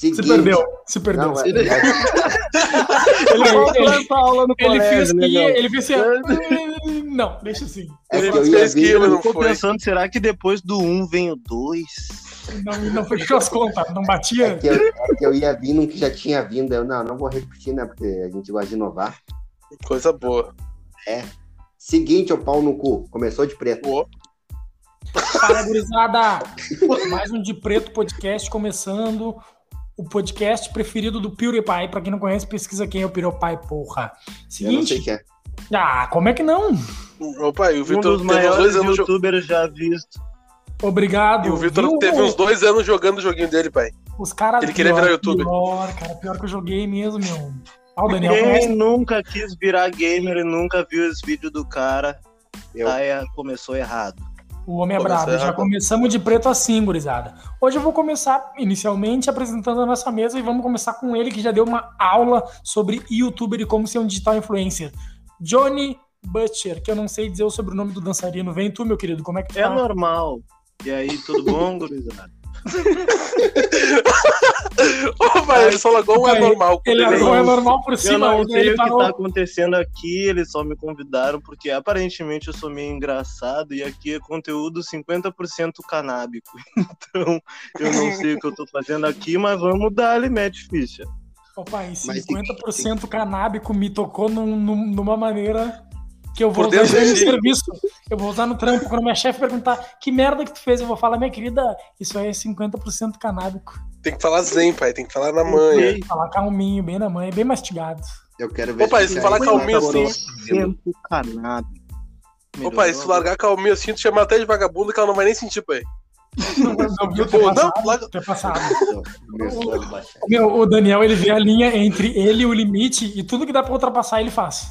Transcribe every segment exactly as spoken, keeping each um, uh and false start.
Seguinte, se perdeu, se perdeu. Não, é, ele, é, ele, ele, aula no ele colégio, fez que né, ia, ele fez assim, não, deixa assim. é que Ele eu ia fez que vir, eu Eu não tô foi. pensando, será que depois do um vem o dois? Não, não fechou as contas, não é batia. que eu, é que eu ia vir num que já tinha vindo. Eu não, não vou repetir, né? Porque a gente gosta de inovar. Coisa boa. Seguinte, ô pau no cu. Começou de preto. Pô, Fala, gurizada! Mais um De Preto podcast começando. O podcast preferido do PewDiePie. Pra quem não conhece, pesquisa quem é o PewDiePie, porra. Eu não sei Seguinte. quem é. Ah, como é que não? opa, e o Um Vitor dos teve uns maiores dois anos jo- youtubers já visto. Obrigado. E o Vitor Viu? teve uns dois anos jogando o joguinho dele, pai. Os caras. Ele queria pior, virar youtuber. Pior, cara. Pior que eu joguei mesmo, meu. Ah, o Daniel Quem conhece. nunca quis virar gamer e nunca viu os vídeos do cara, Eu. aí começou errado. O homem é Começa brabo. Já errado. começamos de preto assim, gurizada. Hoje eu vou começar, inicialmente, apresentando a nossa mesa e vamos começar com ele, que já deu uma aula sobre youtuber e como ser um digital influencer. Johnny Butcher, que eu não sei dizer o sobrenome do dançarino. Vem tu, meu querido, como é que tu É tá? normal. E aí, tudo bom, gurizada? Ô, pai, ele só largou um é Pai, normal. Ele Ele- largou é normal por Eu cima. não ele sei o que parou. tá acontecendo aqui, eles só me convidaram porque aparentemente eu sou meio engraçado e aqui é conteúdo cinquenta por cento canábico. Então, eu não sei o que eu tô fazendo aqui, mas vamos dar-lhe mete ficha. Ô, pai, Mas cinquenta por cento canábico me tocou num- num- numa maneira que eu vou Por usar dentro isso aí no de ti. serviço. Eu vou usar no trampo. Quando minha chefe perguntar que merda que tu fez, eu vou falar, minha querida, isso aí é cinquenta por cento canábico. Tem que falar zen, pai. Tem que falar na manha. Falar calminho, bem na manhã, bem mastigado. Eu quero ver Ô, pai, se se tu falar já- calminho tá assim- saboroso. canábico. Ô, pai, se largar calminho assim, tu chama até de vagabundo que ela não vai nem sentir, pai. Não, não viu ter Pô, não, passado, larga- ter passado. Começou a baixar. Meu, o Daniel, ele vê a linha entre ele e o limite e tudo que dá pra ultrapassar, ele faz.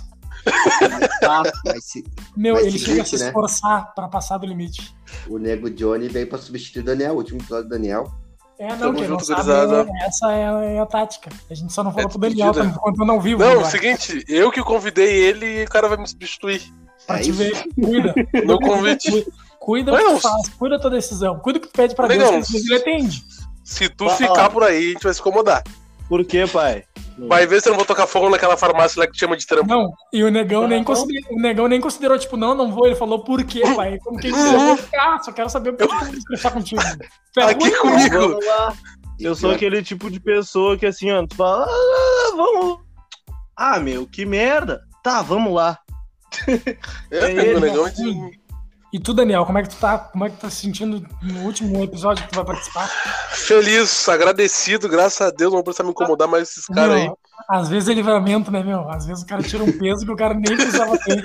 Mas se- Meu, Mas ele seguinte, chega a se né? esforçar pra passar do limite. o nego Johnny veio pra substituir o Daniel. O último episódio do Daniel. É, não, Tamo quem não junto, sabe, gurizada. é- essa é, é a tática. A gente só não falou É pro Daniel, despedida. estamos contando ao vivo. Não, é o agora. seguinte, eu que convidei ele e o cara vai me substituir. Pra É te isso? ver, cuida. No convite. Cuida do Não, que tu faz, cuida da tua decisão. Cuida do que tu pede pra Deus, Negão, que Deus ele atende. Se tu Vai, ficar ó. por aí, a gente vai se incomodar. Por quê, pai? Vai ver se eu não vou tocar fogo naquela farmácia lá que chama de trampo. Não, e o negão, nem Não. considerou, o negão nem considerou, tipo, não, não vou. Ele falou, por quê, pai? Como que ele disse, eu vou ficar, só quero saber o que eu vou estressar contigo. Tu é Aqui ruim, comigo. Vamos lá. Eu sou aquele tipo de pessoa que assim, ó, tu fala, ah, vamos. Ah, meu, que merda. Tá, vamos lá. É, É pegou ele, o negão né? de... E tu, Daniel, como é que tu tá? Como é que tu tá se sentindo no último episódio que tu vai participar? Feliz, agradecido, graças a Deus, não precisa me incomodar mais esses caras aí. Meu, às vezes é livramento, né, meu? Às vezes o cara tira um peso que o cara nem precisava ter.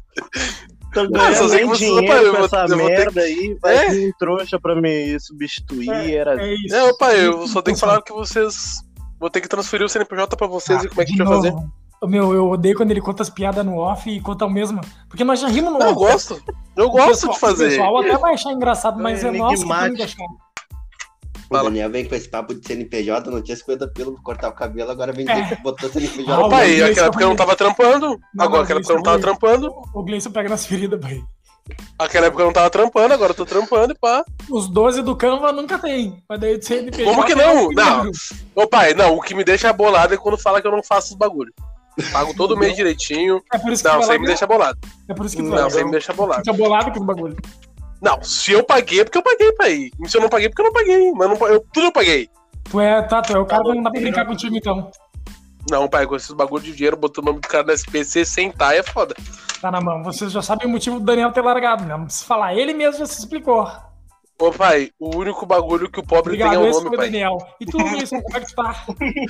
Tô Não, só ganhando sei que nem vocês- dinheiro pai, eu com vou- essa eu vou ter merda aí. Vai É? vir um trouxa pra me substituir. Era... É isso. É, pai, eu só tenho que falar que vocês... Vou ter que transferir o C N P J pra vocês e como é que a De gente vai fazer. novo. Meu, eu odeio quando ele conta as piadas no off e conta o mesmo. Porque nós já rimos no Não, eu off. gosto. Eu O gosto pessoal- de fazer. O pessoal até vai achar engraçado, mas É é, nosso que tem que enigmático. achar. O Fala. Daniel vem com esse papo de C N P J, não tinha cinquenta pelo pra cortar o cabelo, agora vem É. dizer que botou C N P J. Ah, Ô, pai, Gleison aquela época eu não tava trampando. Não, Agora, não, aquela época eu não Gleison, tava trampando. O Gleison pega nas feridas, pai. Aquela época eu não tava trampando, agora eu tô trampando e pá. Os doze do Canva nunca tem. Mas daí de C N P J. Como que é não? um Não. livro. Ô, pai, não, o que me deixa bolado é quando fala que eu não faço os bagulho. Pago todo mês direitinho. É por isso que Não, tu isso vai aí lá me deixa bolado. É por isso que tu Não, vai isso aí lá. me deixa bolado. Fica bolado com os bagulho. Não, se eu paguei é porque eu paguei, pai. E se eu não paguei é porque eu não paguei. Mas não, eu, tudo eu paguei. Tu é, tá, tu é o cara que não dá pra brincar contigo, então. Não, pai, com esses bagulho de dinheiro, botando o nome do cara no S P C sem tá, é foda. Tá na mão. Vocês já sabem o motivo do Daniel ter largado, né? Não precisa falar. Ele mesmo já se explicou. Ô, pai, o único bagulho que o pobre Obrigado, tem é o esse nome, foi o pai. Daniel. E tu, Gleison, como é que tu tá?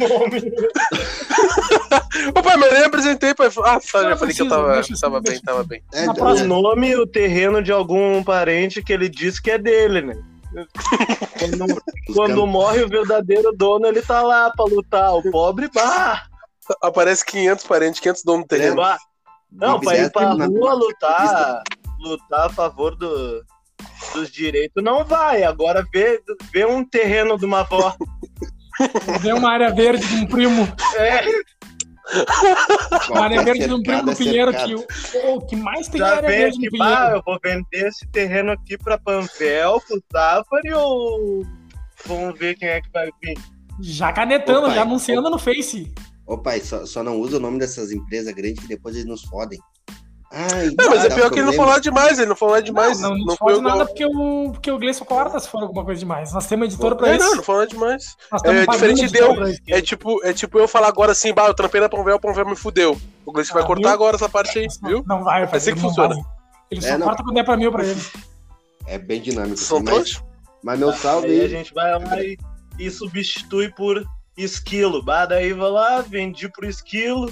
Ô, pai, mas eu nem apresentei, pai. Ah, tá, já Não falei que eu precisa, tava, deixa assim, tava deixa bem, tava assim. bem. É, Na é, O próxima. nome e o terreno de algum parente que ele disse que é dele, né? Quando, quando morre o verdadeiro dono, ele tá lá pra lutar. O pobre, bah! Aparece quinhentos parentes, quinhentos donos do terreno. bah. Não, pra ir pra Na- rua lutar, lutar a favor do, dos direitos, não vai. Agora vê, vê um terreno de uma avó. Vê uma área verde de um primo. É, Uma área verde de um primo cercado do é Pinheiro cercado. que o o que mais tem já área vem verde no aqui, bah, Pinheiro. eu vou vender esse terreno aqui pra Panvel, pro Zafari ou vamos ver quem é que vai vir? Já canetando, Ô, pai, já anunciando ô- no Face. Ô pai, só, só não usa o nome dessas empresas grandes que depois eles nos fodem. Ai, Não, mas é dá pior que ele não problema. falou nada demais, ele não falou nada demais. Não, não, Não, não foi fode eu nada que- porque o, porque o Gleison corta se for alguma coisa demais. Nós temos editor pra É, isso. não, não falou nada demais. Nós estamos É pagando diferente editor de eu. pra isso. É tipo, é tipo eu falar agora assim, bah, eu trampei na Panvel, a Panvel me fudeu. O Gleice vai Ah, cortar viu? agora essa parte aí, viu? Não vai, É assim ele que não funciona. vai. Ele É, só não. corta quando é pra mim ou pra ele. É bem dinâmico. Vocês são mas, trouxas? mas meu salve Aí a aí. gente vai lá e, e substitui por esquilo. Bah, daí vai lá, vendi por esquilo.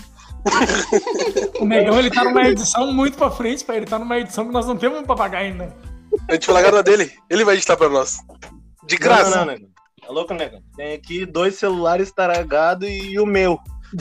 O Negão, ele tá numa edição muito pra frente, pai. Ele tá numa edição que nós não temos pra pagar ainda. A gente vai largar na dele, ele vai editar pra nós. De graça. Não, não, não, negão. Tá louco, negão? Tem aqui dois celulares estragados e o meu.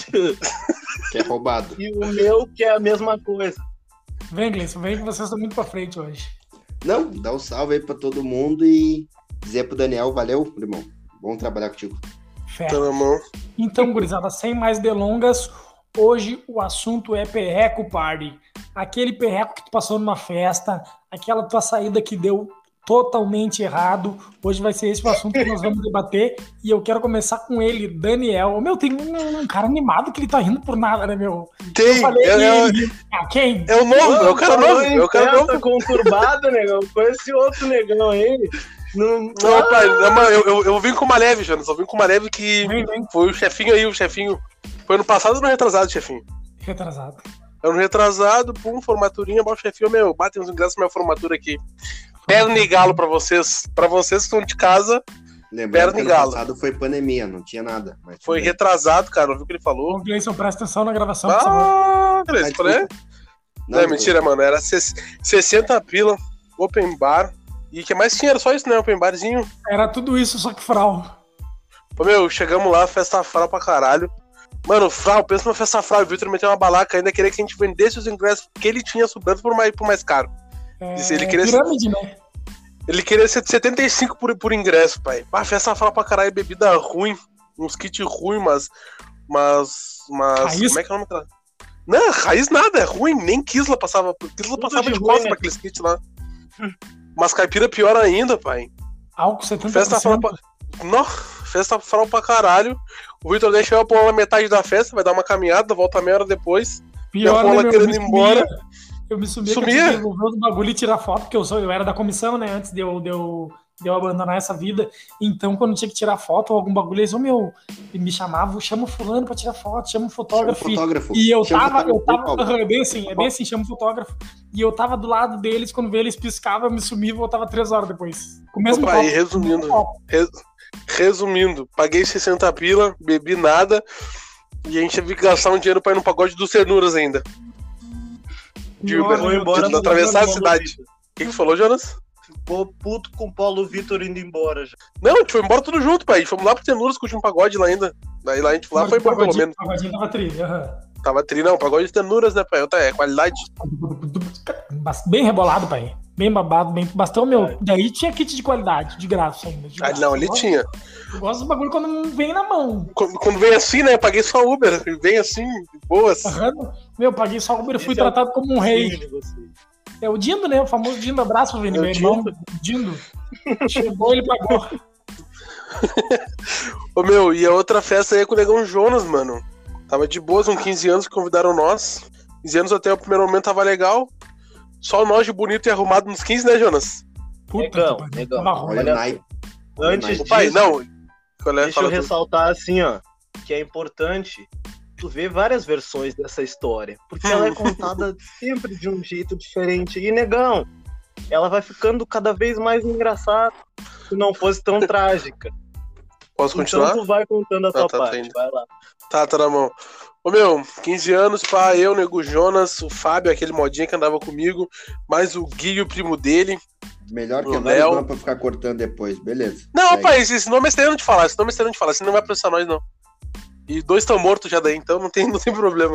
Que é roubado. E o meu que é a mesma coisa. Vem, Gleison, vem que vocês estão muito pra frente hoje. Não, dá um salve aí pra todo mundo e dizer pro Daniel, valeu, irmão. Bom trabalhar contigo. Fé. Tá na mão. Então, gurizada, sem mais delongas, hoje o assunto é perreco party. Aquele perreco que tu passou numa festa, aquela tua saída que deu totalmente errado. Hoje vai ser esse o assunto que nós vamos debater e eu quero começar com ele, Daniel. Meu, tem um, um cara animado que ele tá rindo por nada, né, meu? Eu Tem, falei é, que é, ele... Ah, quem? é o novo, é o cara Falou novo, em é o cara festa novo. conturbada, negão. Com esse outro negão aí. Não, Não, pai, não, mas eu, eu, eu vim com uma leve, Jonas, eu vim com uma leve que Vem, vem. foi o chefinho aí, o chefinho. Foi ano passado ou no retrasado, chefinho? Retrasado. Ano retrasado, pum, formaturinha, bom chefinho, meu, batem uns ingressos na minha formatura aqui. Perna e galo pra vocês, pra vocês que estão de casa, Lembrando Perna que e ano galo. passado foi pandemia, não tinha nada. Mas foi tudo bem. retrasado, cara, não viu o que ele falou? Ô, Gleison, presta atenção na gravação, por favor. Ah, Ah, beleza, qual é? desculpa. Não, é mentira, mano, era sessenta pila, open bar, e o que mais tinha era só isso, né, open barzinho. Era tudo isso, só que frau. Ô, meu, chegamos lá, festa fral pra caralho. Mano, Frau, pensa numa festa Frau, o Victor meteu uma balaca, ainda queria que a gente vendesse os ingressos que ele tinha sobrando por mais, por mais caro. É, Isso, ele queria- pirâmide, né? Ele queria setenta e cinco por, por ingresso, pai. Ah, festa Frau pra caralho, bebida ruim, uns kits ruins, mas... Mas... mas Raiz? como é que é o nome daquela? Não, raiz nada, é ruim, nem Kisla passava. Kisla Tudo passava de de ruim, costas né? pra aqueles kits lá. Mas caipira pior ainda, pai. Álcool setenta por cento. Festa Frau pra... Não, festa Frau pra caralho. O Victor deixa eu pular na metade da festa, vai dar uma caminhada, volta meia hora depois. Pior, Minha bola né, meu? querendo Eu ir me embora. sumia. Eu me sumia, que eu Sumia? tinha que desenvolver os bagulho e tirar foto, porque eu, sou, eu era da comissão, né, antes de eu, de, eu, de eu abandonar essa vida. Então, quando tinha que tirar foto ou algum bagulho, eles, ô, meu, me chamavam, chama o fulano pra tirar foto, chama o fotógrafo. Chama o fotógrafo. E eu Chama o tava, eu fotógrafo, tava, Paulo. é bem assim, é bem assim, chama o fotógrafo. E eu tava do lado deles, quando veio eles piscavam, eu me sumia e voltava três horas depois. Com o mesmo Opa, e copo. resumindo, Com o mesmo copo. res- resumindo, paguei sessenta pila, bebi nada, e a gente teve que gastar um dinheiro pra ir no pagode dos Ternuras ainda. De Pior, Uber, né, Vou meu? embora de atravessar a Paulo cidade. Vitor. O que que tu falou, Jonas? Ficou puto com o Paulo Vitor indo embora já. Não, a gente foi embora tudo junto, pai. Fomos lá pro Ternuras com o último pagode lá ainda. Daí lá a gente lá foi bom, pelo Pagodinho- menos. Pagodinho tava trilha, aham. Tava tri, não, pagode de Ternuras, né, pai? Outra, é qualidade. Bem rebolado, pai. Bem babado, bem. Bastou, meu. Daí tinha kit de qualidade, de graça ainda. de Ah, graça. não, ali Eu gosto- tinha. Eu gosto dos bagulho quando não vem na mão. Quando, quando vem assim, né, paguei só Uber. Vem assim, de boas. Aham. Meu, paguei só Uber e fui Esse é o tratado como um rei. Sim, de vocês. É o Dindo, né? O famoso Dindo. Abraço pro Vini, É o meu irmão. Dindo. Chegou, ele pagou. Ô, meu, e a outra festa aí é com o Negão Jonas, mano. Tava de boas, uns quinze anos que convidaram nós. quinze anos até o primeiro momento tava legal. Só nós de bonito e arrumado nos quinze, né, Jonas? Puta Negão, que pariu. negão. Tava ruim. Olha Olha, o naipe. Antes O pai, disso, não. Qual é? deixa Fala eu tu. ressaltar assim, ó, que é importante tu ver várias versões dessa história, porque ela é contada sempre de um jeito diferente. E, negão, ela vai ficando cada vez mais engraçada se não fosse tão trágica. Posso continuar? Então tu vai contando a tua tá, tá parte, indo. vai lá. Tá, tá na mão. Ô, meu, quinze anos, pá, eu, Nego Jonas, o Fábio, aquele modinha que andava comigo, mais o Gui, o primo dele. Melhor que O é vários Léo. nomes pra ficar cortando depois, beleza. Não, Segue. pai, esse, esse nome é estranho de falar, esse nome é estranho de falar, esse não vai processar nós, não. E dois estão mortos já daí, então não tem, não tem problema.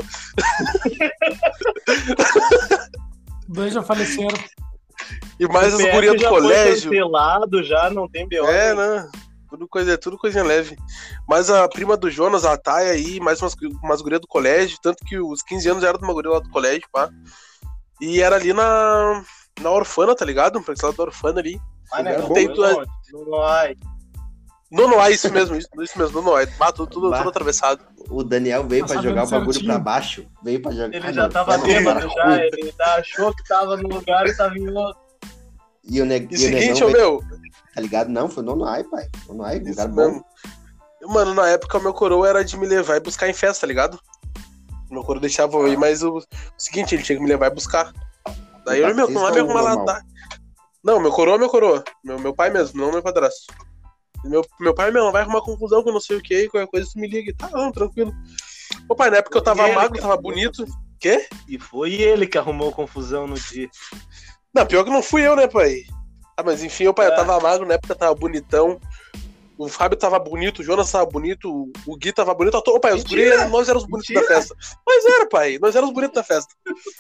Dois já faleceram. E mais O as P F gurias do já foi colégio. cancelado, já não tem B O. É, né? Tudo, coisa, tudo coisinha leve. Mas a prima do Jonas, a Thay aí, mais umas, umas gurias do colégio, tanto que os quinze anos era de uma guria lá do colégio, pá. E era ali na, na Orfana, tá ligado? Pra esse lado da Orfana ali. Ai, negão, Tem vai tu- longe, não vai. Nono A, isso mesmo, isso, isso mesmo, nono A. Ah, tudo, tudo, tudo atravessado. O Daniel veio Tá pra jogar o sabendo bagulho certinho. pra baixo. Veio pra jogar. Ele Ah, já não, tava é no bêbado, cara. já. Ele achou que tava no lugar e tava em outro. E o, neg... E e o seguinte, negão ô veio, meu, tá ligado? Não, foi nono ai, pai. Nono ai, isso lugar bom. mesmo. Mano, na época o meu coroa era de me levar e buscar em festa, tá ligado? O meu coroa deixava eu ir, mas o, o seguinte, ele tinha que me levar e buscar. Daí eu, meu, não vai me arrumar lá. Normal. Tá? Não, meu coroa é meu coroa. Meu, meu pai mesmo, não meu padrasto. Meu, meu pai, meu, não vai arrumar confusão com não sei o que, qualquer coisa tu me liga. Tá, não, tranquilo. Ô pai, na época eu tava Ele magro, que tava arrumou bonito. Quê? E foi ele que arrumou confusão no dia. Não, pior que não fui eu, né, pai? Ah, mas enfim, ô pai, É. eu tava magro, na época eu tava bonitão. O Fábio tava bonito, o Jonas tava bonito, o- o Gui tava bonito. Ô pai, os Mentira! guri, nós éramos bonitos Mentira! da festa. Nós era, pai, nós éramos bonitos da festa.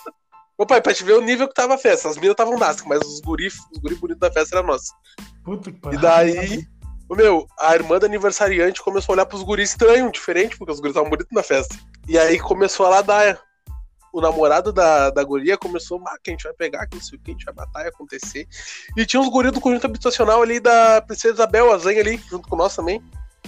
Ô pai, pra te ver o nível que tava a festa. As meninas estavam nascas, mas os guri, os guri bonitos da festa eram nós. Puta que E pariu. daí, o meu, a irmã da aniversariante começou a olhar pros guris estranho, diferente, porque os guris estavam bonitos na festa. E aí começou a ladaia. O namorado da, da guria começou, ah, que a gente vai pegar, que não sei o que, a gente vai matar e acontecer. E tinha uns guris do conjunto habitacional ali da Princesa Isabel, a Zen ali, junto com nós também.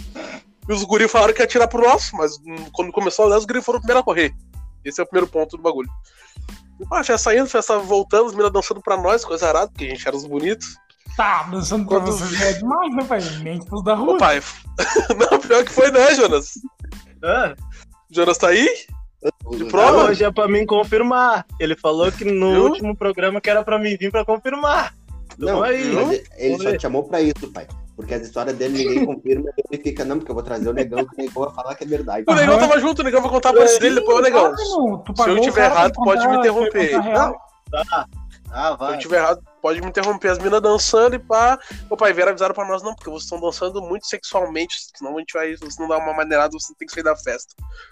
E os guris falaram que ia atirar pro nosso, mas hum, quando começou a olhar, os guris foram o primeiro a correr. Esse é o primeiro ponto do bagulho. E, pá, festa saindo, festa voltando, as meninas dançando pra nós, coisa arada, porque a gente era os bonitos. Tá, dançando pra Quando- vocês é demais, né, pai? Nem tudo da Ô rua. pai, não, pior que foi, né, Jonas? Ah, Jonas tá aí? De O- prova? hoje é pra mim confirmar. Ele falou que no Viu? último programa que era pra mim vir pra confirmar. Não, Tamo aí. mas ele- ele Vamos só ver. te chamou pra isso, pai. Porque as histórias dele ninguém confirma, ele fica, não, porque eu vou trazer o negão, que o negão vai falar que é verdade. O Negão Aham. tava junto, o Negão vai contar pra esse dele depois, ô Negão. Ah, não, tu Se eu pagou o tiver cara pra errado, pode contar- me interromper. contar real. Não, Tá. Ah, se vai. eu tiver errado, pode me interromper. As meninas dançando e pá. O pai vieram avisaram pra nós, não, porque vocês estão dançando muito sexualmente, senão a gente vai, se não dá uma maneirada, você tem que sair da festa.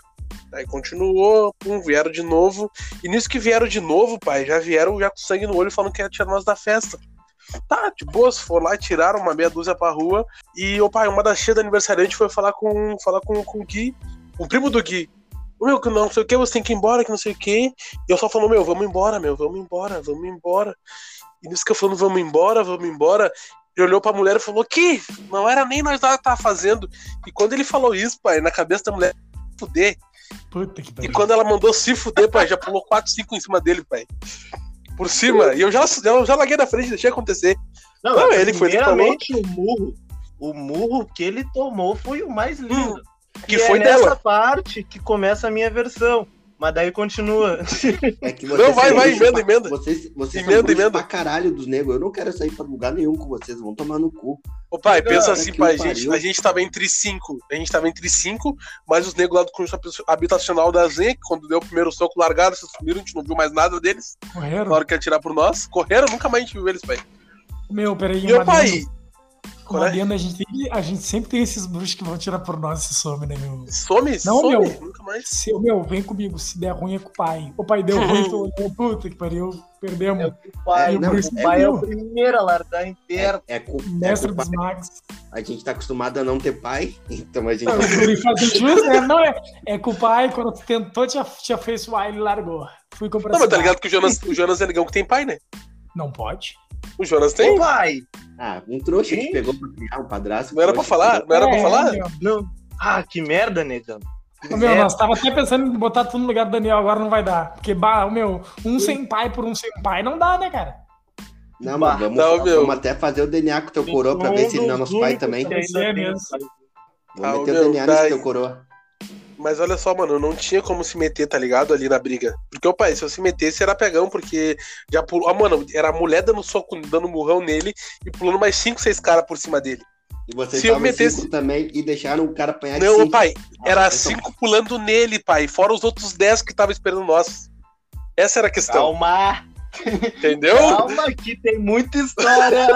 Aí continuou, pum, vieram de novo. E nisso que vieram de novo, pai, já vieram já com sangue no olho falando que ia tirar nós da festa. Tá, de boas, foram lá, tiraram uma meia dúzia pra rua. E, ô pai, uma das tias da aniversariante foi falar com, falar com, com o Gui, o primo do Gui. Ô, meu, que não sei o que, você tem que ir embora, que não sei o que. E eu só falando, meu, vamos embora, meu, vamos embora, vamos embora. E nisso que eu falando, vamos embora, vamos embora, ele olhou pra mulher e falou, que não era nem nós lá que tava fazendo. E quando ele falou isso, pai, na cabeça da mulher, fuder. Puta que E pariu. quando ela mandou se fuder, pai, já pulou quatro, cinco em cima dele, pai. Por cima. E eu já, eu já larguei na frente, deixei acontecer. Não, Não, é ele foi, ele falou. primeiramente o murro. O murro que ele tomou foi o mais lindo. Que E foi é nessa dela. parte que começa a minha versão. Mas daí continua. É que Não, vai, são vai, bruxos emenda, pra- emenda. Vocês, vocês Emenda, são bruxos emenda. pra caralho dos negros. Eu não quero sair pra lugar nenhum com vocês. Vão tomar no cu. Ô pai, Não, pensa é assim, que pai, o a gente, pariu. a gente tava entre cinco. A gente tava entre cinco, mas os negros lá do conjunto habitacional da Zen, que quando deu o primeiro soco largado, vocês sumiram, a gente não viu mais nada deles. Correram? Na hora que ia atirar por nós, correram, nunca mais a gente viu eles, pai. Meu, peraí, E o uma pai, adendo. qual Uma é? adendo, a gente, tem- a gente sempre tem esses bruxos que vão tirar por nós se some, né, meu? Some, Não, some, meu. nunca mais. Se, meu, vem comigo, se der ruim é com o pai. O pai deu ruim, tu olhou, puta que pariu, perdemos. O pai, É, não, o pai é o primeiro a largar inteiro. É, é, cu- é Mestre culpa- dos magos. A gente tá acostumado a não ter pai, então a gente. Não, o guri faz justo, né? Não, é, é com o pai, quando tu tentou te, af- te afeiçoar, ele largou. Fui comprar Não, mas tá cigarro. ligado que o Jonas, o Jonas é negão que tem pai, né? Não pode? O Jonas Ô, tem. pai! Ah, um trouxa que Sim. pegou pra criar um padrasto. Não era pra trouxa, falar? que Não era pra É, falar? meu. Não. Ah, que merda, negão. Que Ô, meu, merda. nós tava até pensando em botar tudo no lugar do Daniel, agora não vai dar. Porque, bah, ô, meu, um sem pai por um sem pai não dá, né, cara? Não, mas vamos, Não, meu. vamos até fazer o D N A com o teu coroa pra ver se ele não é nosso pai também. que ainda tem um- Vamos Ah, meter meu, o D N A tá nesse aí. teu coroa. Mas olha só, mano, não tinha como se meter, tá ligado? Ali na briga. Porque, ô pai, se eu se metesse era pegão, porque já pulou. Ah, mano, era a mulher dando soco, dando murrão nele e pulando mais cinco, seis caras por cima dele. E vocês Se eu estavam metesse- cinco também e deixaram o cara apanhar de Não, ô cinco. pai, era vocês são- cinco pulando nele, pai, fora os outros dez que estavam esperando nós. Essa era a questão, Calma, entendeu? calma, que tem muita história.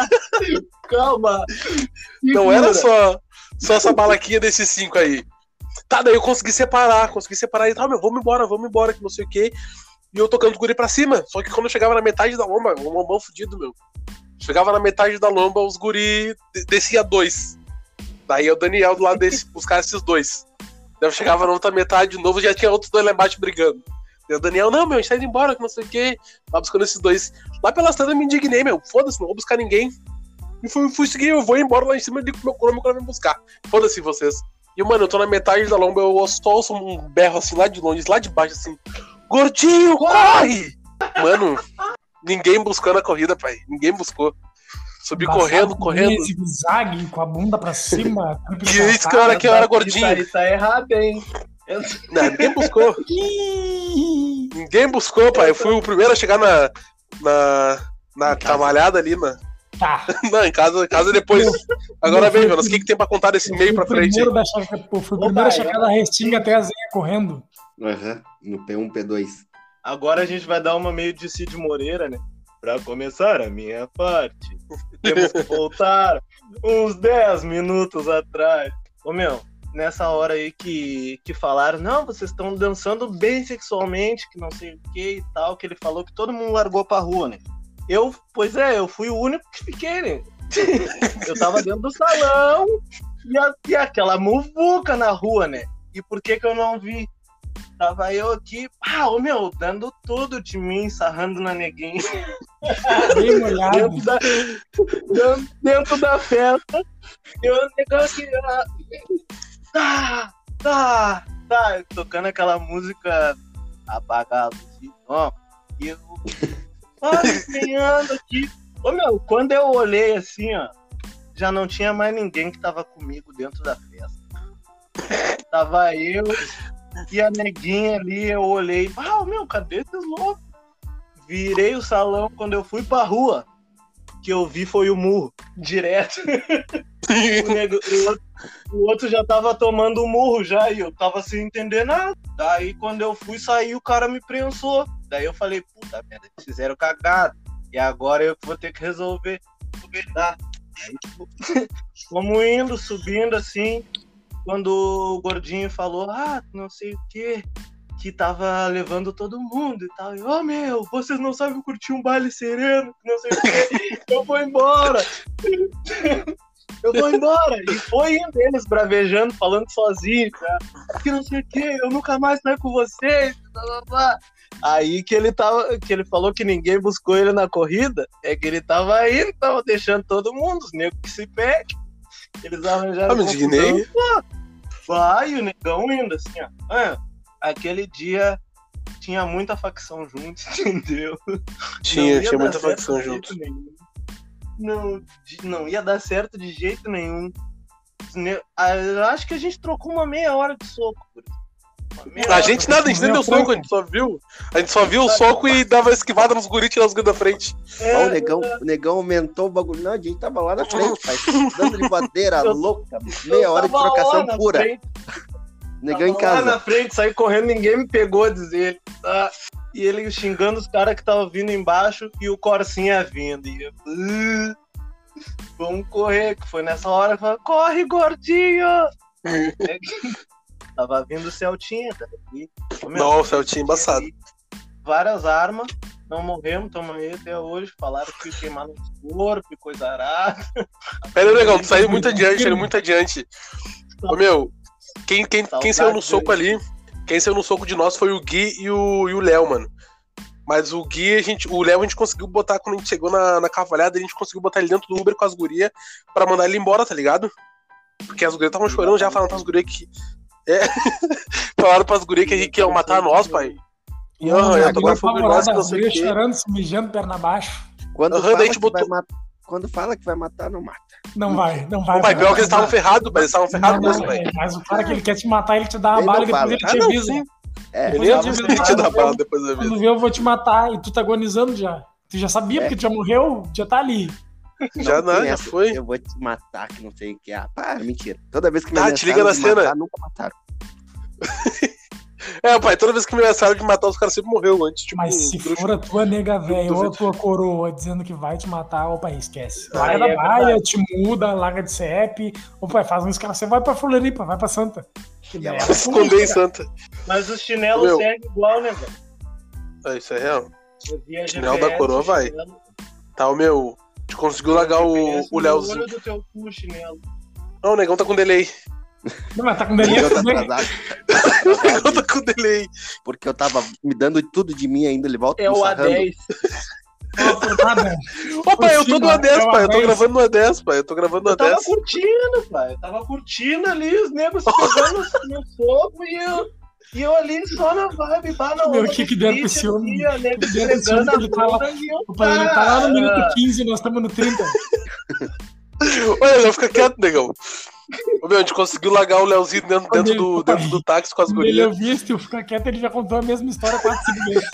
Calma. Não era só, só essa balaquinha desses cinco aí. Tá, daí eu consegui separar, consegui separar e tal, meu, vamos embora, vamos embora, que não sei o quê. E eu tocando o guri pra cima. Só que quando eu chegava na metade da lomba, um lombão fudido, meu. Chegava na metade da lomba, os guri de- descia dois. Daí o Daniel do lado desse, buscar esses dois. Daí eu chegava na outra metade de novo, já tinha outros dois lá embaixo brigando. Daí o Daniel, não, meu, a gente tá indo embora, que não sei o quê. Lá buscando esses dois. Lá pelas tantas eu me indignei, meu. Foda-se, não vou buscar ninguém. E fui, fui seguir, eu vou embora lá em cima e ligo pro meu coro, meu coro vai me buscar. Foda-se vocês. E, mano, eu tô na metade da lomba, eu só ouço um berro assim, lá de longe, lá de baixo, assim. Gordinho, corre! Mano, ninguém buscou na corrida, pai. Ninguém buscou. Subi Passado correndo, correndo. Zigue-zague, com a bunda pra cima. Que isso que eu era, que eu era gordinho. Isso aí tá errado, hein? Eu... Não, ninguém buscou. Ninguém buscou, pai. Eu fui o primeiro a chegar na, na, na cavalhada ali, na... Tá. Não, em casa, em casa depois. Agora vem, Jonas, o que, que tem pra contar desse meio pra frente? Da checa... Pô, fui o primeiro a chegar da Restinga até a Zenha correndo. Aham, uhum. No P um, P dois. Agora a gente vai dar uma meio de Cid Moreira, né? Pra começar a minha parte, temos que voltar uns dez minutos atrás. Ô, meu, nessa hora aí que, que falaram, não, vocês estão dançando bem sexualmente, que não sei o que e tal, que ele falou que todo mundo largou pra rua, né? Eu, pois é, eu fui o único que fiquei, né? Eu tava dentro do salão e, a, e aquela muvuca na rua, né? E por que que eu não vi? Tava eu aqui, ah, ô meu, dando tudo de mim, sarrando na neguinha. Bem molhado. Dentro da, dentro da festa. E o negócio tá, tá, tá, tocando aquela música apagada, assim, ó. E eu desenhando aqui. Ô meu, quando eu olhei assim, ó, já não tinha mais ninguém que tava comigo dentro da festa. Tava eu e a neguinha ali, eu olhei, ah, meu, cadê esses loucos? Virei o salão, quando eu fui pra rua, que eu vi foi o murro, direto. o, nego, o, outro, o outro já tava tomando o murro já, e eu tava sem entender nada. Daí quando eu fui sair, o cara me prensou. Daí eu falei, puta merda, eles fizeram cagada. E agora eu vou ter que resolver. Tá? Aí, tipo, fomos indo, subindo assim. Quando o gordinho falou, ah, não sei o que, que tava levando todo mundo e tal. E, oh, meu, vocês não sabem curtir um baile sereno, não sei o que, eu vou embora. Eu vou embora. E foi indo eles bravejando, falando sozinho, cara. Que não sei o que, eu nunca mais saio com vocês. Blá, blá, blá. Aí que ele, tava, que ele falou que ninguém buscou ele na corrida, é que ele tava indo, tava deixando todo mundo, os negros que se pegam. Eles arranjaram. Ah, me indignei. Vai, o negão indo, assim, ó. Ah, aquele dia tinha muita facção junto, entendeu? Tinha, tinha muita facção junto. Não, não ia dar certo de jeito nenhum. Eu acho que a gente trocou uma meia hora de soco. A gente nada, a gente nem deu soco, a gente só viu. A gente só viu o soco e dava esquivada nos guris e tirava os guris da frente. É, o, negão, o negão aumentou o bagulho. Não, a gente tava lá na frente, pai. Dando de badeira louca. Meia hora de trocação pura. Frente. Negão tava em casa. Lá na frente, saí correndo, ninguém me pegou, diz ele. Tá? E ele xingando os caras que estavam vindo embaixo e o Corsinha vindo. E eu, uh, vamos correr, que foi nessa hora que eu falei, corre, gordinho! Tava vindo o Celtinha, tá aqui. Não, o Celtinha embaçado. Várias armas, não morremos, estamos aí até hoje. Falaram que queimaram os corpos e coisa arada. Pera aí, legal, tu saiu muito adiante, saiu muito adiante. Ô, meu, quem, quem, quem saiu no soco ali, quem saiu no soco de nós foi o Gui e o, e o Léo, mano. Mas o Gui, a gente, o Léo a gente conseguiu botar, quando a gente chegou na, na cavalhada, a gente conseguiu botar ele dentro do Uber com as gurias pra mandar ele embora, tá ligado? Porque as gurias estavam chorando já, falando pras gurias que... É. Falaram pras gurias que a gente ia matar nós, pai. E uhum, eu tô com nós que não sei o que. Chorando, se mijando, perna abaixo. Quando, uhum, fala que botou... mat... Quando fala que vai matar, não mata. Não vai, não vai. O pai, pior que eles estavam ferrados, eles estavam ferrados mesmo, velho. Mas o cara que ele quer te matar, ele te dá uma bala e depois ele te ah, avisa. Não, é, ele avisa, ele te dá bala depois avisa. Quando vê, eu vou te matar e tu tá agonizando já. Tu já sabia, é. Porque tu já morreu, já tá ali. Já não, já foi. Eu vou te matar, que não sei o que. Ah, para, mentira. Toda vez que me ah, te liga na cena. Matar, nunca mataram. É, pai, toda vez que me ameaçaram de matar, os caras sempre morreram antes. Tipo, mas se bruxo, for a tua nega velha ou a tua coroa dizendo que vai te matar, opa, esquece. Larga da é baia, te muda, larga de C E P, opa, faz um escala, você vai pra Floripa, vai pra Santa. Que ideia. Se esconder em Santa. Mas os chinelos seguem igual, né, velho? É, isso é real. O chinelo da coroa vai. Chinelo. Tá, o meu. Tu conseguiu largar o, o Léozinho. Do teu cu, chinelo. Não, o negão tá com delay. Não, mas tá com delay tá também. O negão tá com delay. Porque eu tava me dando tudo de mim ainda, ele volta é me o A dez. cortada. Ô, pai, eu tô no A dez, pai. Eu tô gravando no A dez, pai. Eu tô gravando no A dez. Eu tava curtindo, pai. Eu tava curtindo ali, os negros se pegando no fogo e eu, e eu ali só na vibe, pá, na Meu, o que que deram pra esse homem? O que que deram pra esse homem? Ele tá lá, ele tá lá no minuto quinze e nós estamos no trinta. Olha, não, fica quieto, negão. Ô, meu, a gente conseguiu largar o Leozinho dentro, dentro, do, dentro do táxi com as gurias. Ele ouviu se eu ficar quieto, ele já contou a mesma história quatro, cinco vezes.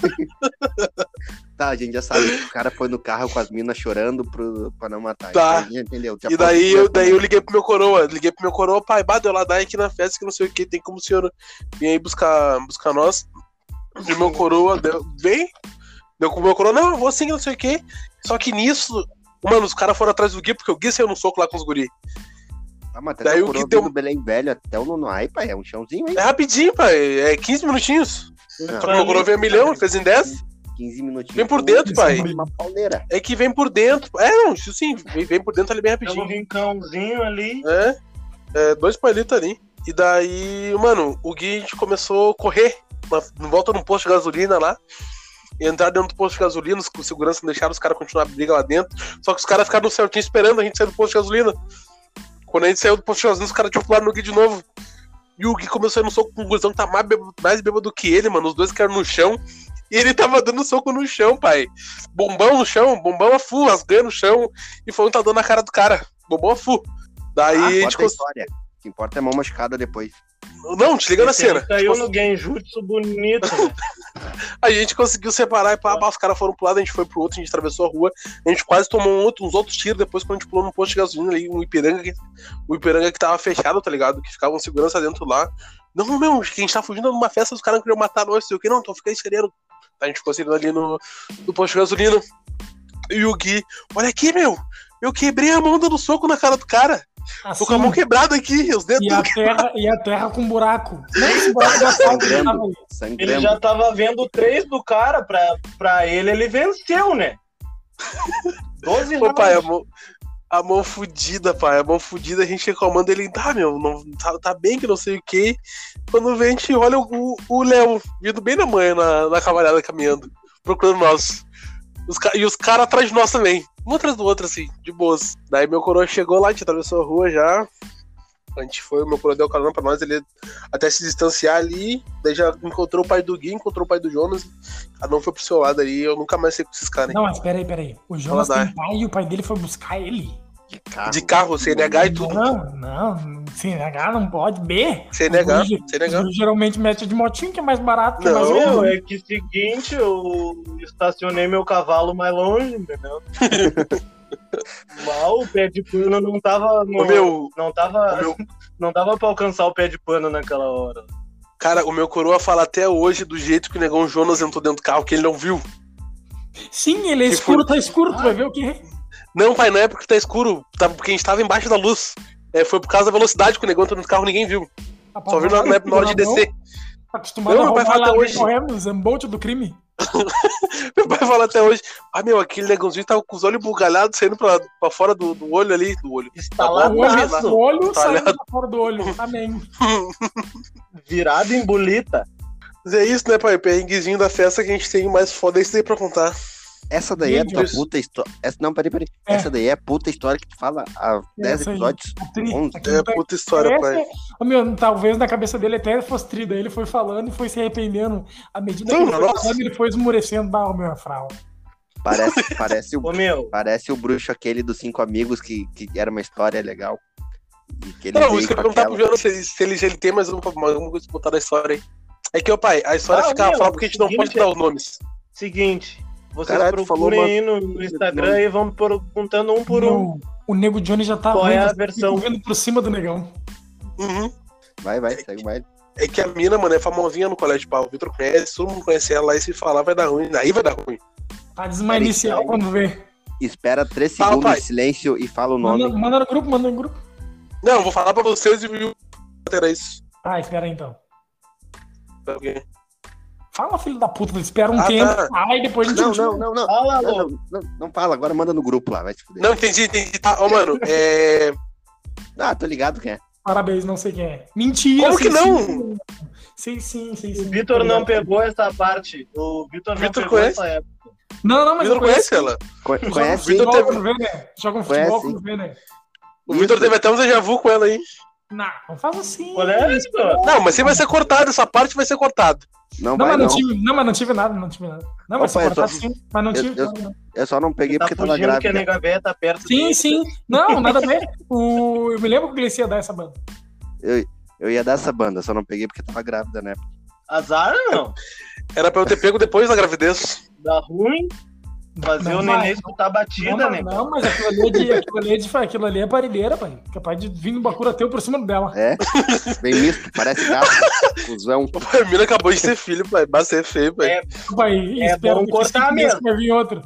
Tá, a gente já sabe que o cara foi no carro com as minas chorando pro, pra não matar. Tá. A gente entendeu. Já e daí eu, daí eu liguei pro meu coroa. Liguei pro meu coroa, pai, bah, deu lá daí aqui na festa que não sei o que, tem como o senhor vir aí buscar, buscar nós. E meu coroa deu, vem. Deu com o meu coroa, não, eu vou sim, não sei o que. Só que nisso, mano, os caras foram atrás do Gui, porque o Gui saiu no soco lá com os guri. Ah, mas até daí o o que deu... deu... do Belém Velho até o Nono Ai, pai, é um chãozinho, hein? É rapidinho, pai, é quinze minutinhos. Não, Só que o meu coroa veio a milhão, fez em dez. quinze minutinhos. Vem por dentro, pai. Uma pauleira. É que vem por dentro. É, não, isso sim, vem, vem por dentro ali bem Tem um rapidinho. rincãozinho ali. É, é dois palitos ali. E daí, mano, o Gui a gente começou a correr. Na volta num posto de gasolina lá. E entrar dentro do posto de gasolina, os segurança não deixaram os caras continuar a briga lá dentro. Só que os caras ficaram no certinho esperando a gente sair do posto de gasolina. Quando a gente saiu do posto de gasolina, os caras tinham pulado no Gui de novo. E o Gui começou a ir no soco com um gurizão que tá mais bêbado, mais bêbado do que ele, mano. Os dois caíram no chão. E ele tava dando soco no chão, pai. Bombão no chão, bombão a full, rasgando no chão. E foi um tá dando na cara do cara. Bombão a full. Daí Ah, a gente conta a cons... história. O que importa é mão machucada depois. Não, te liga na cena. Caiu Tipo, no genjutsu bonito, né? a gente conseguiu separar e pá, pá, os caras foram pro lado, a gente foi pro outro, a gente atravessou a rua, a gente quase tomou um outro, uns outros tiros depois quando a gente pulou no posto de gasolina ali, um Ipiranga que, o Ipiranga que tava fechado, tá ligado? Que ficava um segurança dentro lá. Não, meu, que a gente tá fugindo numa festa, os caras não queriam matar nós, sei o que, não, então fica aí sereno. A gente ficou saindo ali no, no posto de gasolina. E o Gui, olha aqui, meu, eu quebrei a mão dando soco na cara do cara. Assim, Tô com a mão quebrada aqui, os dedos e a, terra, e a terra com buraco. Não esse buraco da salta que tava ali. Sangrando. Ele já tava vendo três do cara, pra, pra ele, ele venceu, né? doze Pô, pai, a mão, a mão fudida, pai, a mão fudida, a gente reclamando, ele, tá, meu, não, tá, tá bem que não sei o que. Quando vem, a gente olha o, o Léo vindo bem na manhã, na, na cavalhada, caminhando, procurando nós. Os, e os caras atrás de nós também, um atrás do outro, assim, de boas. Daí meu coroa chegou lá, a gente atravessou a rua já. A gente foi, o meu coroa deu carona pra nós, ele até se distanciar ali. Daí já encontrou o pai do Gui, encontrou o pai do Jonas. Cada um foi pro seu lado aí, eu nunca mais sei com esses caras. Não, mas peraí, peraí. O Jonas tem pai e o pai dele foi buscar ele. De carro. De carro, C N H e tudo. Não, não, C N H não pode. B. C N H, C N H. Os geralmente mete de motinho, que é mais barato. Que Não, é, mais meu, é que seguinte, eu estacionei meu cavalo mais longe, entendeu? Mal, o pé de pano não tava. No, o meu, não tava. O meu... Não dava pra alcançar o pé de pano naquela hora. Cara, o meu coroa fala até hoje do jeito que o negão Jonas entrou dentro do carro, que ele não viu. Sim, ele é que escuro, foi... tá escuro, tu vai ver o que? Não, pai, não é porque tá escuro, tá porque a gente tava embaixo da luz. É, foi por causa da velocidade que o negão entrou no carro, ninguém viu. Ah, só viu na, na, na hora de descer. Tá acostumado não, a pai fala até hoje. Correndo, Zambolt do crime. Meu pai fala até hoje, ah, meu, aquele negãozinho tava com os olhos bugalhados, saindo pra, pra fora do, do olho ali, do olho. Estalado, tá o olho saindo pra fora do olho, amém. Virado em bolita. Mas é isso, né, pai, perrenguezinho da festa que a gente tem mais foda, é isso daí pra contar. Essa daí é tua puta história. Essa, não, peraí, peraí. É. Essa daí é a puta história que tu fala há dez episódios. onze. É a puta história, pai. É... Oh, meu, talvez na cabeça dele até fosse trida. Ele foi falando e foi se arrependendo. À medida não, que ele foi nossa. falando, ele foi esmurecendo. Bah, o meu afral. Parece, parece, o, Ô, meu. parece o bruxo aquele dos cinco amigos que, que era uma história legal. E que ele não, isso que eu perguntar pro Jonas se, se, ele, se ele tem mais uma, alguma coisa pra botar na história aí. É que, ô pai, a história ah, fica meu, falar porque a gente não pode dar os nomes. Seguinte. Vocês Caralho, procurem aí no, no Instagram e vão perguntando um por um. O, o Nego Johnny já tá Qual é a versão? Correndo por cima do negão. Uhum. Vai, vai, segue o baile. É que a mina, mano, é famosinha no colégio, pau. O Vitor conhece, todo mundo conhece ela, e se falar vai dar ruim. Aí vai dar ruim. Tá desmanicial quando vê. Espera três segundos ah, de silêncio e fala o nome. Manda, manda no grupo, manda no grupo. Não, vou falar pra vocês e viu. Era isso. Ah, espera aí então. Okay. Fala, filho da puta, espera um ah, tempo, tá. Aí depois a gente... Não, não, não, não. Fala, não, não, não, não fala, agora manda no grupo lá, vai se fuder. Não, entendi, entendi. Tá, ó, mano, é... Ah, tô ligado quem é. Parabéns, não sei quem é. Mentira! Como que não? Sim, sim, sim. sim o Vitor não pegou essa parte. O Vitor não pegou conhece? essa época. Não, não, mas Vitor eu conheço conhece ela. Co- Joga Conhece? futebol Vitor com teve- o Vene. Joga um Conhece? futebol com o Vene. O Vitor teve até um déjà vu com ela aí. Não, não faz assim. Olha isso, pô. Não, mas você vai ser cortado, essa parte vai ser cortada. Não, Não, vai mas não, não. tive, não, mas não tive nada, não tive nada. Não, mas Opa, se eu cortar só- sim, mas não eu- tive. eu- não, não. Eu só não peguei Tá porque tava fugindo que a grávida. nega véia tá perto Sim, dele. sim. Não, nada a ver. O... Eu me lembro que o Gleice ia dar essa banda. Eu, eu ia dar essa banda, só não peguei porque tava grávida, né? Azar não. Era pra eu ter pego depois da gravidez. Dá ruim. Fazer Não o vai. neném escutar a batida, Não, né? mas, não, mas aquilo ali é de, aquilo ali é, de, aquilo ali é parilheira, pai. Capaz de vir um bacura teu por cima dela. É, bem misto, parece gato. Cusão. A mina acabou de ter filho, pai. Vai ser feio, pai. É, Pai, É espero bom que cortar cinco meses mesmo. vai vir outro.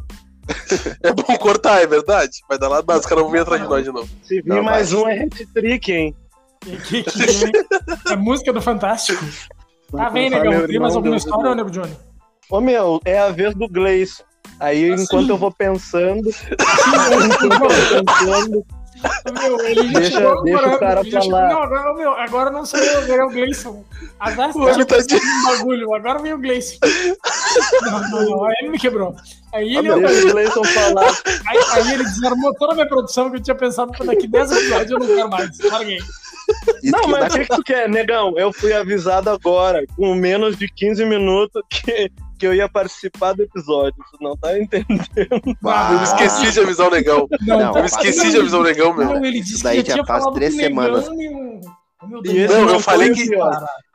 É bom cortar, é verdade? Vai dar lá, os caras vão vir atrás de nós de novo. se vir Não, mais vai. um é hat-trick, hein? E que, que é música do Fantástico. Tá bem, Meu negão. Tem irmão mais alguma deu- história, nego Johnny? Ô, meu, é a vez do Gleice. Aí, Assim. enquanto eu vou pensando... enquanto eu vou pensando... Meu, ele já Deixa- chegou deixa agora, o cara ele já chegou- falar. Não, agora, meu, agora não sou eu, agora é o Gleison. Agora Pô, ele tá tá um bagulho, agora vem o Gleison. Não, não, não, aí ele me quebrou. Aí ele, Deixa o Gleison falar. aí, aí ele desarmou toda a minha produção que eu tinha pensado pra daqui dez episódios eu não quero mais. Larguei. Isso Não, que mas dá- o que, que tu quer, negão? Eu fui avisado agora, com menos de quinze minutos, que, que eu ia participar do episódio. Tu não tá entendendo? Bah, Eu me esqueci de avisar o negão. Não, Eu me esqueci de avisar o negão, meu. Não, ele Isso disse daí que já tinha faz falado três com o negão semanas. e o- o meu E Deus. esse Não, não eu falei foi que- o pior.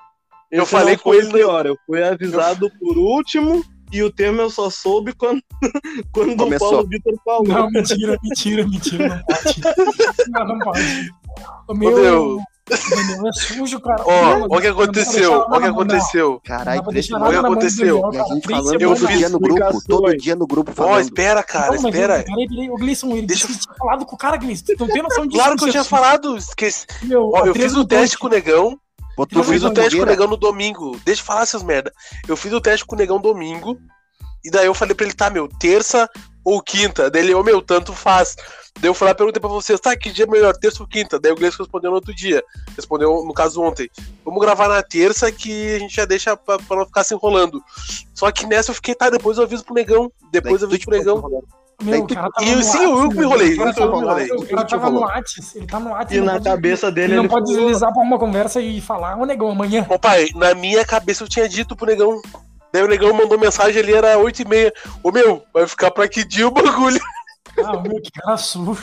Eu Esse falei não com foi ele. o pior. Eu fui avisado por último e o tema eu só soube quando, quando o Começou. Paulo Vitor falou. Não, mentira, mentira, mentira, não pode. Não, não pode. O meu, meu. o Daniel é sujo, cara. Ó, Não, ó o que não dá pra aconteceu, deixar ó o nada que na mão, aconteceu. não. Caralho, Não dá pra três deixar semanas. nada na mão do aconteceu. Daniel, E a cara. gente Três falando Eu todo semanas. dia no grupo, explicações. todo dia no grupo Ó, falando. espera, cara, Não, mas espera. ele- Peraí, peraí, o Gleison, ele Deixa disse que tinha falado com o cara, Gleison. Tu não tem noção disso. Claro que eu tinha Gleison. falado, esqueci. Meu, Ó, há eu três fiz o minutos. teste com o negão. Botou Eu fiz o Vitor teste com o Nogueira. negão no domingo. Deixa eu falar essas merda. Eu fiz o teste com o negão domingo. E daí eu falei pra ele, tá, meu, terça ou quinta? Daí ele, ô, meu, tanto faz. Daí eu falei, perguntei pra vocês, tá, que dia é melhor, terça ou quinta? Daí o Gleice respondeu no outro dia. Respondeu, no caso, ontem. Vamos gravar na terça que a gente já deixa pra, pra não ficar se enrolando. Só que nessa eu fiquei, tá, depois eu aviso pro negão. Depois eu Daí aviso tu pro negão. Meu, Daí o tu- cara tava E eu- no sim, eu Whats, me meu. enrolei, O cara eu me tava- enrolei. O cara Tu tava falou. no Whats, ele tá no Whats. E ele na não pode- cabeça dele Ele não ele pode falou- deslizar pra uma conversa e falar, ô negão, amanhã. Ô pai, na minha cabeça eu tinha dito pro negão. Daí o negão mandou mensagem ali, era oito e meia. Ô meu, vai ficar pra que dia o bagulho? Ah, meu, que cara sujo.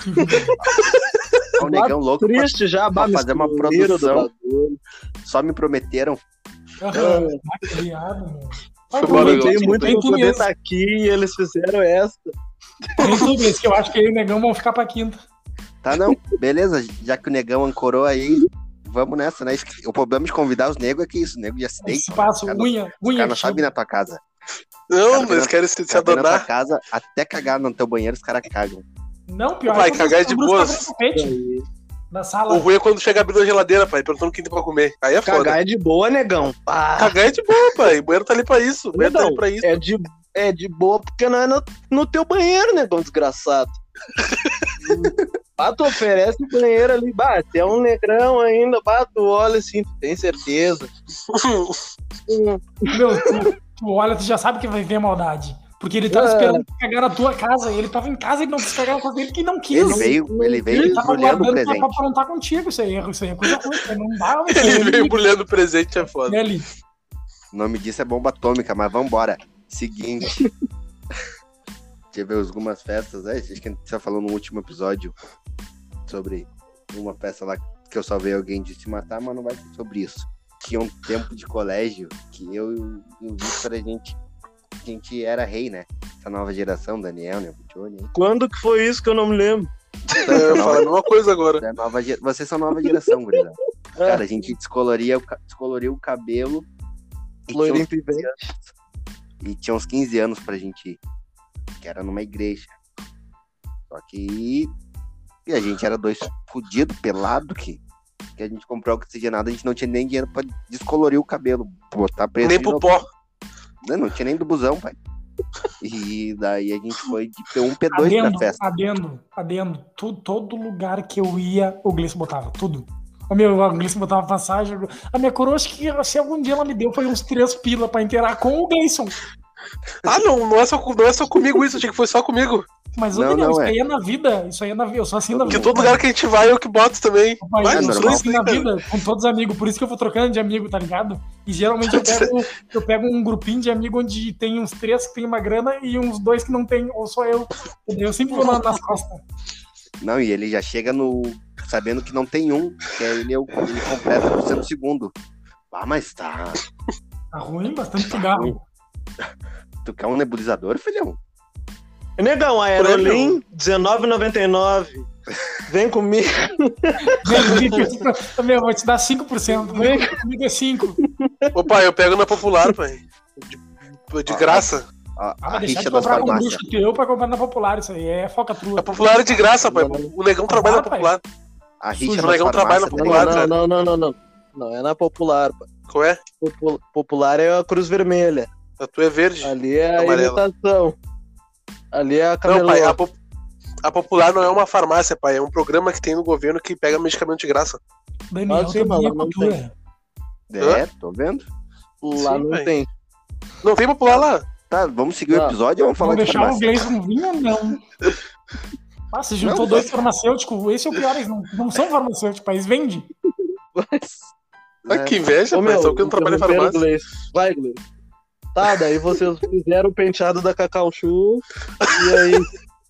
O negão louco pra, Triste já, pra bah, fazer uma mistureiro do produção. bagulho. Só me prometeram. Aham, que viado, meu. Foi Ah, mal, eu negão. Tem entendi, muito tem pra tu poder mesmo. estar aqui e eles fizeram essa. Tem tu mesmo, que eu acho que ele e o negão vão ficar pra quinta. Tá, não. Beleza, já que o negão ancorou aí, vamos nessa, né? O problema de convidar os negros é que isso, o nego de acidente. Esse passo, cara não- unha, Os unha. caras não sabem ir na tua casa. Não, Cara, eles vem querem se, se Os caras vêm na tua adorar. casa, até cagar no teu banheiro, os caras cagam. Não, pior. Vai, é que cagar o de Bruce boas. tá com tapete na sala. O ruim é quando chega abrindo a geladeira, pai, perguntando o que tem pra comer. Aí é foda. Cagar é de boa, negão. Ah, Cagar é de boa, pai. O banheiro tá ali pra isso. O banheiro tá ali Negão, pra isso. é de, é de boa porque não é no, no teu banheiro, negão desgraçado. Ah, tu oferece o banheiro ali, bah, se é um negrão ainda, bah, tu olha assim, tu tem certeza. Hum, Meu, tu, tu olha, tu já sabe que vai ver maldade. Porque ele tava É. esperando cagar na tua casa. Ele tava em casa e não quis cagar na casa dele que não quis. Ele veio, ele veio Ele tava embrulhando o guardando pra, pra presente. aprontar contigo. Isso aí, é- isso aí é coisa ruim. Isso aí não dá. Ele veio embrulhando o presente, é foda. Ele. O nome disso é bomba atômica, mas vambora. Seguinte. Tive algumas festas, né? Acho que a gente já falou no último episódio sobre uma festa lá que eu salvei alguém de se matar, mas não vai ser sobre isso. Tinha um tempo de colégio que eu e o Victor, a gente, a gente era rei, né? Essa nova geração, Daniel, né? O Johnny. Quando que foi isso que eu não me lembro? É, eu falo a mesma coisa agora. Da nova, ge- vocês são nova geração, gurizada. É. Cara, a gente descoloria o, ca- descoloria o cabelo e tinha, Loirinho uns pivete. quinze anos, e tinha uns quinze anos pra gente ir, que era numa igreja. Só que e a gente era dois fudidos, pelado, que, que a gente comprou oxigenado, a gente não tinha nem dinheiro pra descolorir o cabelo, botar preço Nem de pro novo. pó. Não, não tinha nem do busão, pai. E daí a gente foi de P um, P dois pra Adendo, festa. adendo, adendo. Tu, todo lugar que eu ia, o Gleice botava. Tudo. O meu, o Gleice botava passagem. A minha coroa, acho que se algum dia ela me deu, foi uns três pila pra inteirar com o Gleison. Ah, não, não é, só, não é só comigo isso, achei que foi só comigo. Mas, ô, Não, Daniel, não isso é. aí é na vida. Isso aí é na vida. Eu sou assim na vida. Porque todo lugar que a gente vai, eu que boto também. Pai, Vai, eu não sou normal. assim na vida, com todos os amigos. Por isso que eu vou trocando de amigo, tá ligado? E geralmente eu pego, eu pego um grupinho de amigos onde tem uns três que tem uma grana e uns dois que não tem, ou só eu. Entendeu? Eu sempre vou na- nas costas. Não, e ele já chega no. Sabendo que não tem um, que é ele, é o- ele completa por ser o segundo. Ah, mas tá. Tá ruim, bastante Tá cigarro. ruim. Tu quer um nebulizador, filhão? Negão, Aerolim, dezenove reais e noventa e nove centavos. Vem comigo. Vem, vem, vem, também eu vou te dar cinco por cento. Vem comigo é cinco. Ô pai, eu pego na popular, pai. De, de graça. A, Ah, a vai deixar rixa de das comprar com farmácias. bruxo teu pra comprar na Popular. Isso aí é focatrua. A popular é de graça, pai. Não, não. O negão trabalha na Ah, pai. popular. A rixa Sujo, nas negão trabalha farmácias. no Não, popular, não, cara. não, não, não, não. Não, é na Popular, pá. Qual é? Popu- Popular é a Cruz Vermelha. A tua é verde. Ali é a Amarela. imitação. Ali é a Não, camelô. pai, a, pop- a popular não é uma farmácia, pai. É um programa que tem no governo que pega medicamento de graça. Daniel, Ah, sim, tem mas minha lá não cultura. É, tô vendo. Lá Sim, não pai. tem. Não tem popular lá? Tá, vamos seguir o Não. episódio ou vamos falar Vamos de deixar o farmácia? Gleison vir ou não? Ah, você juntou Não, dois farmacêuticos. Esse é o pior, eles não, não são farmacêuticos, pai, eles vendem. É, Ah, que inveja, Ô, pai. meu, Só que eu não trabalho em interromperam o farmácia. Gleice. Vai, Gleice. Tá, daí vocês fizeram o penteado da Cacau Show. E aí,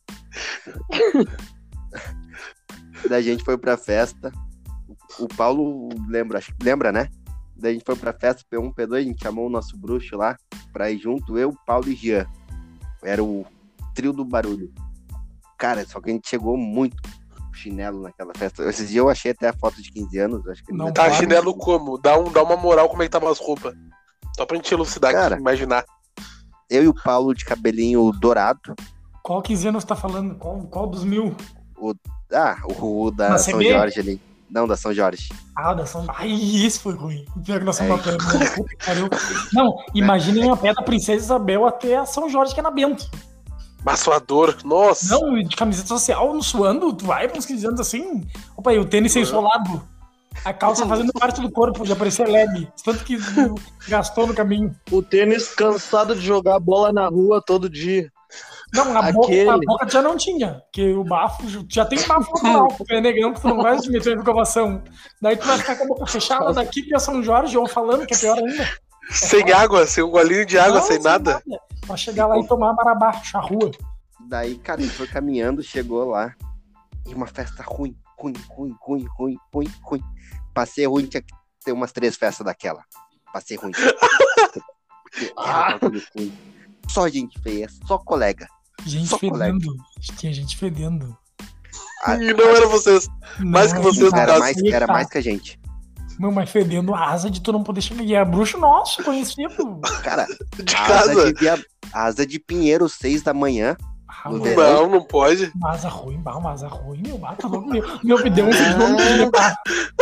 Daí a gente foi pra festa. O Paulo lembra, acho que lembra, né? Daí a gente foi pra festa, P um, P dois, a gente chamou o nosso bruxo lá pra ir junto, eu, Paulo e Jean. Era o trio do barulho. Cara, só que a gente chegou muito chinelo naquela festa. Esses dias eu achei até a foto de quinze anos. Acho que ele Não, vai Tá, ter- Claro. chinelo como? Dá, um, dá uma moral como é que tava as roupas. Só pra gente elucidar Cara. aqui, imaginar. Eu e o Paulo de cabelinho dourado. Qual quinze anos você tá falando? Qual, qual dos mil? Ah, o, o da Na São C B? Jorge ali. Não, da São Jorge. Ah, da São... Ai, isso foi ruim. O pior que nós É. somos uma pedra. Puta que pariu. Não, imaginem a pé da Princesa Isabel até a São Jorge, que é na Bento. Maçoador, nossa. Não, e de camiseta social, no suando, tu vai pra uns quinze anos assim. Opa, e o tênis sem solado. A calça fazendo parte do corpo, já parecia leg. Tanto que gastou no caminho. o tênis cansado de jogar bola na rua todo dia. Não, a, Aquele. boca, a boca já não tinha, porque o bafo já tem bafo natural, porque é negão que tu não gosta de meter em escovação. Daí tu vai ficar com a boca fechada daqui que é São Jorge, ou falando, que é pior ainda. Sem água, sem um golinho de água, Não, sem nada. Pra chegar lá e tomar marabá, charrua. Daí, cara, ele foi caminhando, chegou lá. E uma festa ruim, ruim, ruim, ruim, ruim, ruim, ruim. Passei ruim, tinha que ter umas três festas daquela. Passei ruim. Porque era um bagulho ruim. Só gente feia, só colega. Gente Só fedendo. Tinha gente fedendo. A- E não era vocês. Mais que Não, vocês, no cara, Era caso. mais, aí era tá. mais que a gente. Meu, mas fedendo a asa de tu não poder chegar. E é bruxo nosso, conhecido. Cara, De a asa casa. de, via... a asa de Pinheiro, seis da manhã. Ah, No mano, verão. Não, não pode. uma asa ruim, bah, uma asa ruim, meu. Ah, tá louco, meu. Meu, me deu um segundo de levar.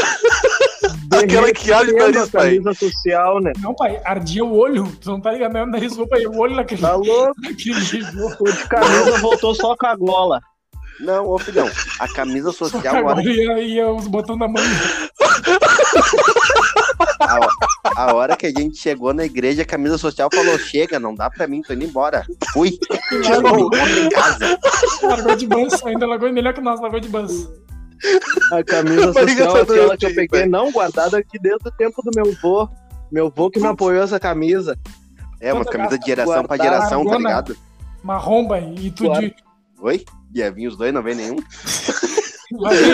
Aquela que abre o Derretendo nariz, a pai. camisa social, né? Não, pai, ardia o olho. Tu não tá ligado, meu nariz, opa, e o olho naquele, Tá louco? naquele nível. O de camisa voltou só com a gola. Não, ô filhão, a camisa Só que social agora. agora ia, ia os botões da mão. A, a hora que a gente chegou na igreja, a camisa social falou: chega, não dá pra mim, tô indo embora. Fui. Chegou, me encontra em casa. Largou de banço, ainda largou melhor que nós, largou de banço. A camisa Barriga social é tá aquela que eu doente, peguei, velho. não, guardada aqui desde o tempo do meu vô. Meu vô que me apoiou essa camisa. É, uma camisa de geração pra Guardar, geração, tá largona. ligado? Marromba, e tu Claro. de. Oi? Ia vir os dois, não vem nenhum. Vai vir,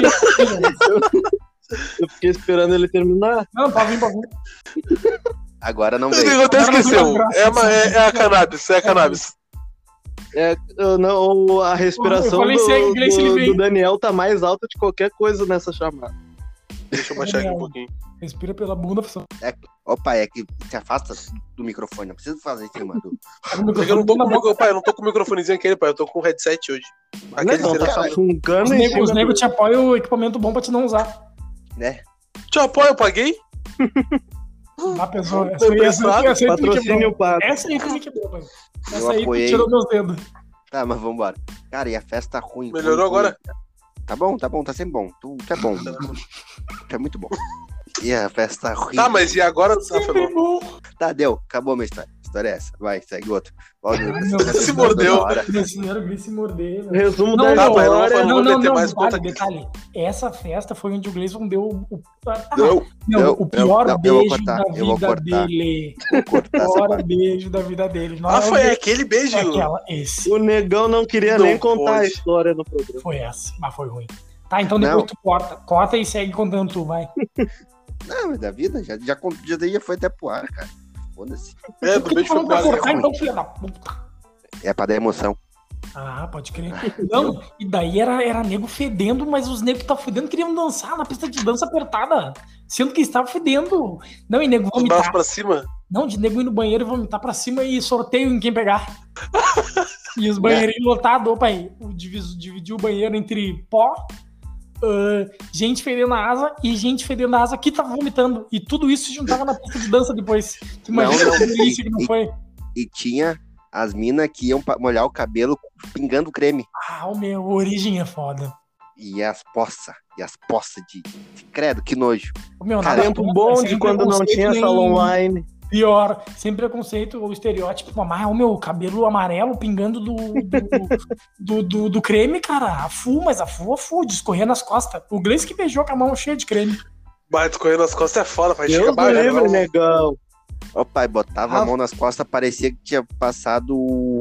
Eu fiquei esperando ele terminar. não, pode vir, pode vir. Agora não Ele veio. até Agora não esqueceu. tem graça, É, uma- é, assim. é a cannabis, é a cannabis. É, eu não, a respiração Eu falei, do, segue, Gleice, ele do, vem. do Daniel tá mais alta de qualquer coisa nessa chamada. Deixa eu baixar aqui um pouquinho. Respira pela bunda, professor. Opa, é que se afasta do microfone. Não precisa fazer isso, mano. Pega o É que eu não tô microfone com, na boca. o- pai, eu não tô com o microfonezinho aquele, pai. Eu tô com o headset hoje. Aquele Não, será- tá Os fungando em negros cima nego do- te apoiam o equipamento bom pra te não usar. Né? Te apoio, eu paguei? Ah, pessoal, essa Foi aí, essa aí, essa aí tu me Patrocínio quebrou. pago. Essa aí tu me quebrou, pai. Eu Essa aí tu apoiei. tirou meus dedos. Tá, mas vambora. Cara, e a festa ruim. Melhorou ruim, ruim. agora? Tá bom, tá bom, tá sempre bom. Tu, tu é bom. Tu é muito bom. E a festa ruim. Tá, mas e agora? Ah, foi Sempre bom. bom. Tá, deu. Acabou a minha história. história é essa. Vai, segue outro. Logo, Se mordeu. Brasileiro, o Gleice se mordeu. Resumo Não, da não, história. não, Não, não, meter não, mais detalhe, conta aqui. detalhe. Essa festa foi onde o Gleison deu o, ah, Não, não, não, o pior não, eu vou beijo cortar, da eu vou vida cortar. dele. Vou cortar O essa pior parte. beijo da vida dele. Não Ah, é o foi beijo, aquele beijo? é aquela, esse. O negão não queria Não nem contar pode. a história no programa. Foi essa, mas foi ruim. Tá, então depois Não. tu corta. Corta e segue contando tu, vai. Não, mas da vida, já, já, já, já foi até pro ar, cara. Foda-se. É, Por do que tu beijo foi falou pra quase. cortar então, filha da puta? É pra dar emoção. Ah, pode crer. Não, e daí era, era nego fedendo, mas os negros que estavam fedendo queriam dançar na pista de dança apertada. Sendo que estavam fedendo. Não, e nego Os braços vomitar. pra cima. Não, de nego ir no banheiro e vomitar pra cima e sorteio em quem pegar. E os banheirinhos lotados, opa aí. Dividiu, dividiu o banheiro entre pó, ah, gente fedendo a asa e gente fedendo a asa que tava vomitando. E tudo isso se juntava na pista de dança depois. Tu imagina Não, não. que delícia que não E- foi? E tinha as minas que iam pa- molhar o cabelo pingando creme. Ah, o meu, a origem é foda. E as poças. E as poças de, de credo, que nojo. O meu, Cara, nada Tempo contra, bom sem de quando não preconceito tinha nem- salão online. Pior, sem preconceito ou estereótipo, mas o meu cabelo amarelo pingando do, do, do, do, do creme, cara. A full, mas a full, a full, de escorrer nas costas. O Gleice que beijou com a mão cheia de creme. Mas correndo nas costas é foda, faz Deus chegar do baixo. livre, negão. Ó, pai, botava Ah. a mão nas costas, parecia que tinha passado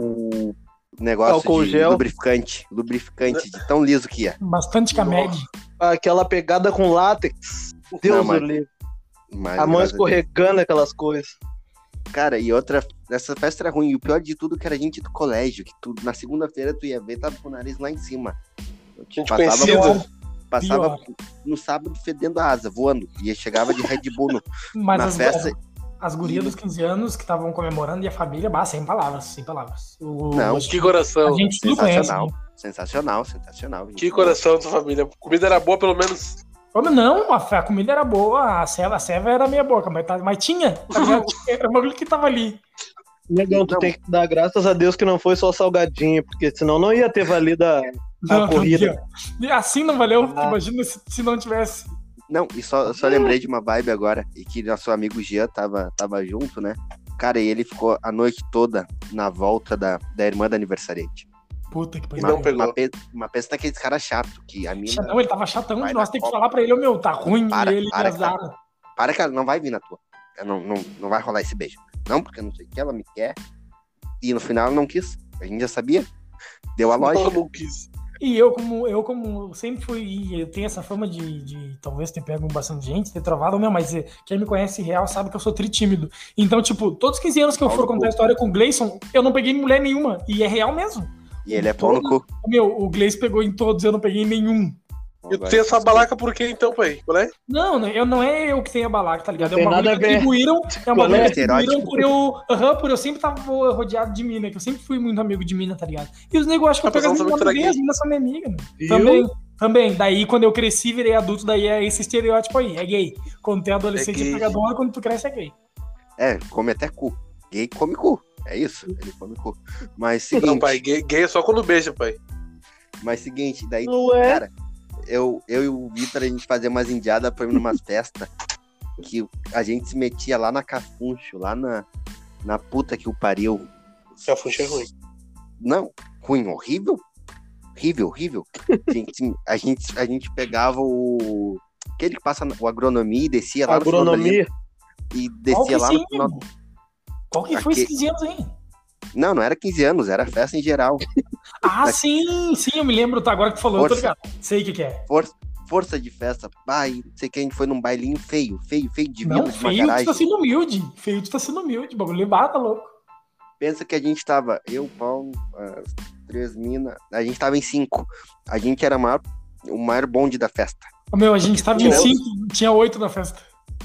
o negócio Álcool de gel. lubrificante. Lubrificante, de tão liso que ia. Bastante camed. Aquela pegada com látex. Deus Não, do mas- livre. Mas, A mão graças a Deus. escorregando aquelas coisas. Cara, e outra, essa festa era ruim. E o pior de tudo que era gente do colégio, que tu, na segunda-feira tu ia ver, tava com o nariz lá em cima. Gente passava conhecida. passava Pior. no sábado fedendo a asa, voando. E chegava de Red Bull no, Mas na as, festa. as gurias dos quinze anos que estavam comemorando e a família, bah, sem palavras, sem palavras. O, Não, a Que coração. gente tudo conhece. Sensacional. Né? Sensacional, sensacional. gente. Que coração da família. Comida era boa, pelo menos. Como não, a, a comida era boa, a ceva, a ceva era meia boca, mas, tá- mas tinha. tá ligado? Era o bagulho que tava ali. Negão, tu Não. tem que dar graças a Deus que não foi só salgadinho, porque senão não ia ter valido a, a Não, corrida. não, assim não valeu. Ah. Imagina se, se não tivesse. Não, e só, só lembrei de uma vibe agora, e que nosso amigo Jean tava, tava junto, né? Cara, e ele ficou a noite toda na volta da, da irmã da aniversariante. Puta que E pariu. não pegou. Uma, pe- uma peça daqueles caras chatos, que a mina... Chatão, ele tava chatão Vai de na nós ter que Copa. falar pra ele, ô meu, tá ruim, Para, e ele para, azar. Para que ela não vai vir na tua. Ela Não, não, não vai rolar esse beijo. Não, porque não sei o que, ela me quer. E no final ela não quis. A gente já sabia. Deu a Não, lógica. não quis. E eu, como eu como sempre fui, e eu tenho essa fama de, de talvez ter pego bastante gente, ter travado, meu, mas eh, quem me conhece real sabe que eu sou tritímido. Então, tipo, todos os quinze anos que eu Pau for no contar a cu. história com o Gleison, eu não peguei mulher nenhuma. E é real mesmo. E ele é pau no cu. Meu, o Gleison pegou em todos, eu não peguei em nenhum. E tu tem essa balaca por quê, então, pai? Né? Não, não, eu, não é eu que tenho a balaca, tá ligado? É Tem uma nada bagulho a que ver. atribuíram, é uma Qual bagulho é? que atribuíram Estereótipo. por eu, aham, por eu sempre tava rodeado de mina, que eu sempre fui muito amigo de mina, tá ligado? E os negros acham que eu Tá pego as pensando meninas muito também, aqui. as meninas são minha amiga, meu. Viu? Também, também. Daí, quando eu cresci, virei adulto, daí é esse estereótipo aí, é gay. Quando tu é adolescente, é, gay. pegador, quando tu cresce, é gay. É, come até cu. Gay come cu. É isso, ele come cu. Mas Não, seguinte, pai, gay, gay é só quando beija, pai. mas seguinte, daí, Não é? cara, eu, eu e o Vitor, a gente fazia umas indiadas pra ir numa festa que a gente se metia lá na Cafuncho, lá na, na puta que o pariu. Cafuncho é ruim. Não, ruim, horrível. Horrível, horrível. A gente, a gente, a gente pegava o... Aquele que passa o agronomia e descia lá no Agronomia. e Qual descia que lá sim? no... Qual que foi Aqui- esses quinze anos aí? Não, não era quinze anos, era festa em geral. Ah, Mas- sim, sim, eu me lembro, tá, agora que tu falou, eu tô Força. ligado. Sei o que que é. Força, força de festa. Ai, não sei que a gente foi num bailinho feio, feio, feio de Não, vila, de uma feio, tu garagem. tá sendo humilde. Feio, tu tá sendo humilde. Bagulho levado, tá louco. Pensa que a gente tava, eu, Paulo, as três minas, a gente tava em cinco. A gente era maior, o maior bonde da festa. Ô, meu, a gente tava em Deus. cinco, tinha oito na festa.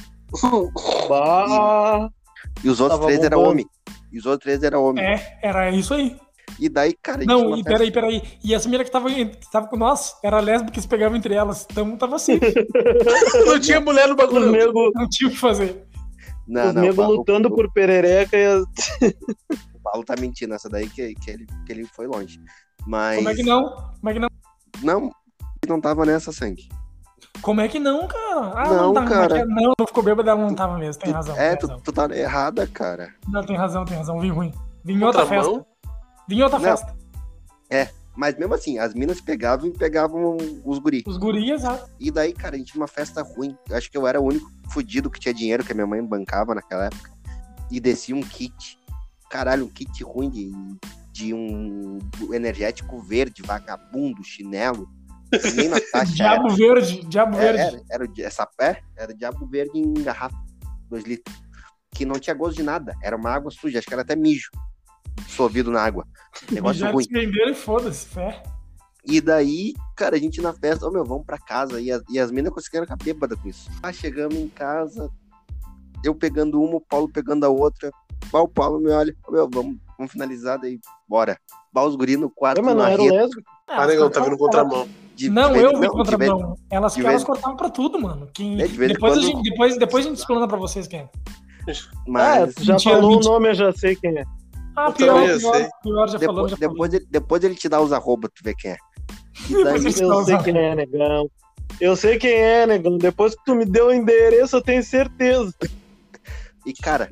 Bah. E os outros Tava três eram bombando. homem. E os outros três eram homem. É, era isso aí. E daí, cara, a gente tinha Não, uma e festa- peraí, peraí. E essa menina que tava, que tava com nós era lésbica que se pegava entre elas. Então tava assim. Não tinha mulher no Os bagulho. nego, Não tinha o que fazer. Não, os não, nego o Paulo- lutando o- por perereca e as... O Paulo tá mentindo, essa daí que, que, ele, que ele foi longe. Mas. Como é que não? Como é que não? Não, não tava nessa sangue. Como é que não, cara? Ah, Não, não, tá, cara. não, não ficou bêbada, ela não tava mesmo. Tem Tu- razão. É, tem tu, razão. tu tá errada, cara. Não, tem razão, tem razão. Vim ruim. Vim em outra Contramão? festa. Vim em outra Não. festa. Mas mesmo assim, as minas pegavam e pegavam os guri. Os gurias, ah, E daí, cara, a gente tinha uma festa ruim. Eu acho que eu era o único fudido que tinha dinheiro, que a minha mãe bancava naquela época. E descia um kit. Caralho, um kit ruim de, de um energético verde, vagabundo, chinelo. Nem na taxa Diabo Verde, Diabo era. Verde. Era, era, era, o di- essa, é, era diabo verde em garrafa, dois litros. Que não tinha gosto de nada. Era uma água suja, acho que era até mijo dissolvido na água. Negócio Já ruim. se venderam e foda-se, fé. E daí, cara, a gente na festa, ô meu, vamos pra casa. E as, e as meninas conseguiram ficar bêbadas com isso. Ah, chegamos em casa, eu pegando uma, o Paulo pegando a outra. Bah, o Paulo me olha, ô meu, vamos, vamos finalizar daí, bora. Bah, os guri no quarto, É, mas não na era o reta. lésbico. Ah, negão, tá vindo contramão. de- Não, de vez- eu vi de contra vez- mão. Elas, de que elas vez- cortavam pra tudo, mano. Quem... É, de vez em Depois, a quando- gente, depois, depois a gente explana pra vocês quem é. Mas Ah, tu já mentira, falou mentira. o nome, eu já sei quem é. Ah, Eu pior, também pior, sei. pior, já falou, depois, já depois, falou. ele, depois ele te dá os arroba, tu vê quem é. E Depois daí, ele- Eu sei quem é, negão. Eu sei quem é, negão. Depois que tu me deu o endereço, eu tenho certeza. e cara,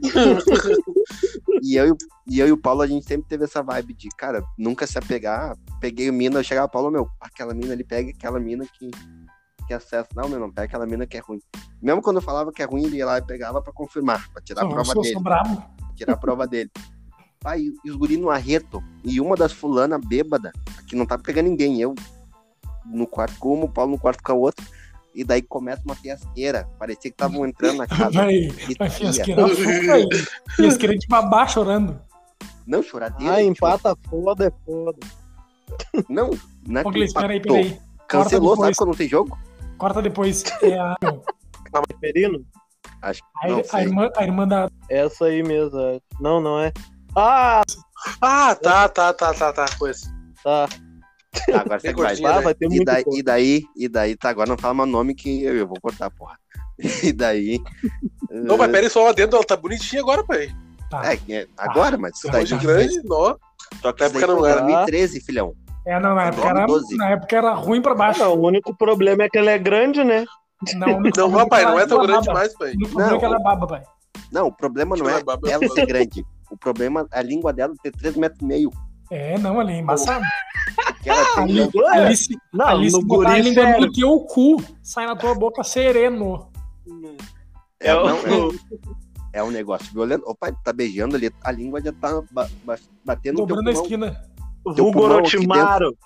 e eu, e o- e eu e o Paulo, a gente sempre teve essa vibe de, cara, nunca se apegar. Peguei o mina, eu chegava, Paulo, meu, aquela mina ali, pega aquela mina que, que acessa. Não, meu, não, pega aquela mina que é ruim. Mesmo quando eu falava que é ruim, ele ia lá e pegava pra confirmar, pra tirar a Sou, prova sou, dele. sou brabo. Tirar a prova dele. Pai, e os guri no arreto. E uma das fulana bêbada, que não tá pegando ninguém. Eu no quarto com uma, o Paulo no quarto com a outra. E daí começa uma fiasqueira. Parecia que estavam entrando na casa. Vai, vai Gritaria. fiasqueira foda aí. Fiasqueira de babá chorando. Não, choradeira. Ah, tipo, empata foda, é foda. Não, não é Ô, que Gleice, peraí, empatou. peraí. Cancelou, Corta sabe depois. quando não tem jogo? Corta depois. É a, Perino? Acho que a, não a sei. irmã, a irmã da. Essa aí mesmo. é. Não, não é. Ah, Ah, tá, tá, tá, tá, tá. Pois. tá. Tá, agora você Tem vai. gordinha, Ah, né? vai ter E muito daí, pouco. e daí, e daí, tá, agora não fala meu nome que eu, eu vou cortar, porra. E daí. Não, mas pera aí, só lá dentro, ela tá bonitinha agora, pai. Tá. É, é, agora, mas isso daí Hoje tá. grande, nó. só que Na isso daí época não foi em era. dois mil e treze, filhão. É, não, na época, era, doze. na época era ruim pra baixo. Não, o único problema é que ela é grande, né? Não, o único Não, problema rapaz, que não ela- é tão ela grande baba. mais, pai. O único problema Não. é que ela é baba, pai. Não, o problema não é Ela é baba, ela ela ser grande. O problema é a língua dela ter três metros e meio. É, não, ali é embaçado. Porque ela tem. Ali, Ué, ali se, Não, ali se no botar a guri língua sério. no teu cu, sai na tua boca sereno. É, É não, o- é, é um negócio violento. Opa, tá beijando ali, a língua já tá ba- ba- batendo no teu Dobrando a pulmão. esquina. Teu pulmão aqui Vulgorotimaru.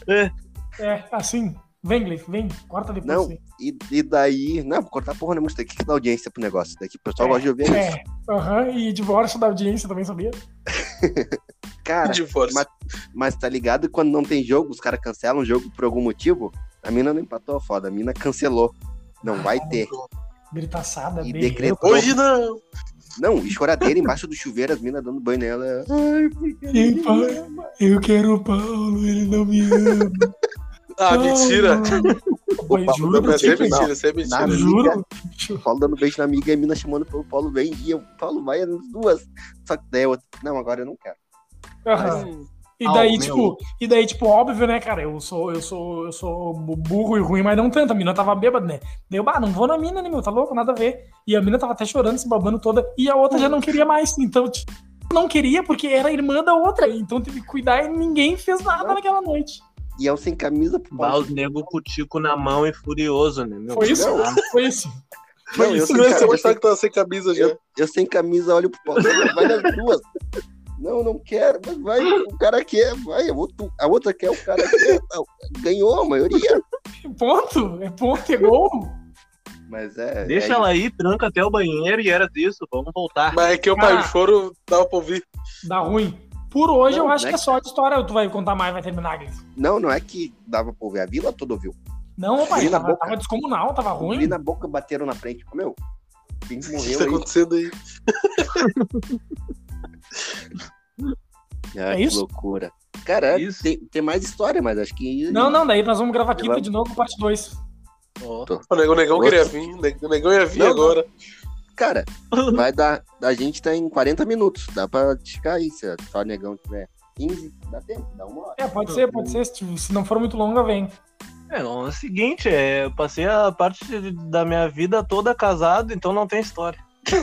É, assim. Vem, Gleif, vem. Corta depois. Não, aí. e, e daí. Não, vou cortar porra nenhuma, isso daqui que dá audiência pro negócio. Daqui o pessoal É, gosta de ouvir isso. É, aham, e divórcio da audiência também, sabia? Cara, Divórcio. mas, mas tá ligado? Quando não tem jogo, os caras cancelam o jogo por algum motivo. A mina não empatou, foda. A mina cancelou. Não vai ter. Gritaçada, E beijo. decretou. Hoje não. Não, e choradeira embaixo do chuveiro, as minas dando banho nela. Ai, porque Ei, ele me pai, ama. eu quero o Paulo, ele não me ama. Ah, mentira. Pois Paulo juro, Mas isso é tipo, mentira, isso é Na mentira. amiga, juro. O Paulo dando beijo na amiga e a mina chamando pelo Paulo vem. E eu, Paulo, vai as duas. Só que daí eu, não, agora eu não quero. Aham. E Ah, daí, o tipo, meu. e daí, tipo, óbvio, né, cara? Eu sou, eu sou, eu sou burro e ruim, mas não tanto. A mina tava bêbada, né? Daí eu, bah, não vou na mina, né, meu? Tá louco? Nada a ver. E a mina tava até chorando, se babando toda. E a outra já não queria mais. Então, tipo, não queria porque era irmã da outra. Então teve que cuidar e ninguém fez nada naquela noite. E eu sem camisa pro Bah, Paulo. os nego com o tico na mão e furioso, né? Meu? Foi isso? Não. Foi isso. Não, eu, Isso sem, mesmo, ca- você eu, mostrar sem, que tá sem camisa já. eu, eu sem camisa olho pro Paulo. Não, vai nas duas. Não, não quero, mas vai. O cara quer, vai. A outra, a outra quer, o cara quer. Não, ganhou a maioria. Ponto. É ponto, é gol. Mas é. Deixa é ela aí, tranca até o banheiro e era disso. Vamos voltar. Mas é que o pai, Ah. o choro dava pra ouvir. Dá ruim. Por hoje Não, eu acho né, que é só de história. Ou tu vai contar mais, vai terminar, Gleison? Não, não é que dava pra ouvir. A vila toda ouviu. Não, pai, Guri na tava, boca. tava descomunal, tava Guri ruim. na boca bateram na frente. Meu, quem O que morreu tá aí? acontecendo aí? Ah, É que isso? loucura. Cara, Isso. tem, tem mais história, mas acho que. Não, não, daí nós vamos gravar quinta Vamos. de novo, parte dois. Ó. O negão, o negão Outro. queria vir. O negão ia vir Não, agora. Cara, vai dar. A gente tá em quarenta minutos. Dá pra ficar aí. Se só o negão tiver quinze, dá tempo, dá uma hora. É, pode ser, pode ser. Se, se não for muito longa, vem. É, é o seguinte, é, eu passei a parte da minha vida toda casado, então não tem história.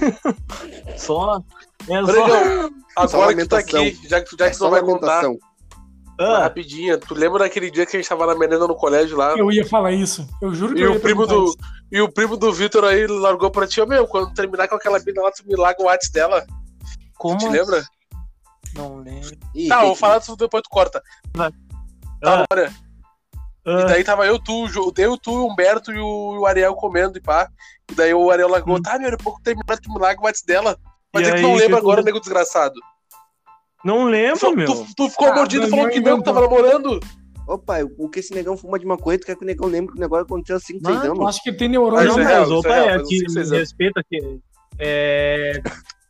Só. É só... Legal. Agora que tu tá aqui, já que tu, já que tu não vai contar. Ah. Rapidinho, tu lembra daquele dia que a gente tava na merenda no colégio lá? Eu ia falar isso, eu juro que e eu o ia primo do isso. E o primo do Vitor aí largou pra ti, ó, meu, quando terminar com aquela mina lá, tu me larga o WhatsApp dela. Como? Tu te lembra? Não lembro. Ih, Tá, que- vou falar disso depois tu corta. Vai. Tá, Ah. bora. Ah. E daí tava eu, tu, o- eu, tu, o Humberto e o, e o Ariel comendo e pá. E daí o Ariel largou, Hum. tá, meu, depois que terminar, tu me larga o WhatsApp dela. Mas E é que aí, não lembra que tu- agora, nego desgraçado. Não lembro, Tu, meu. tu, tu ficou Ah, mordido e Daniel falou que não, que inventou. tava namorando. Opa, o que esse negão fuma de maconha, tu quer que o negão lembre que o negócio aconteceu há cinco, seis Mano, Eu anos? acho que tem Ah, neurônio. isso Não, é né? real, mas, isso é opa, real, é faz uns que cinco, seis me anos. respeita que é,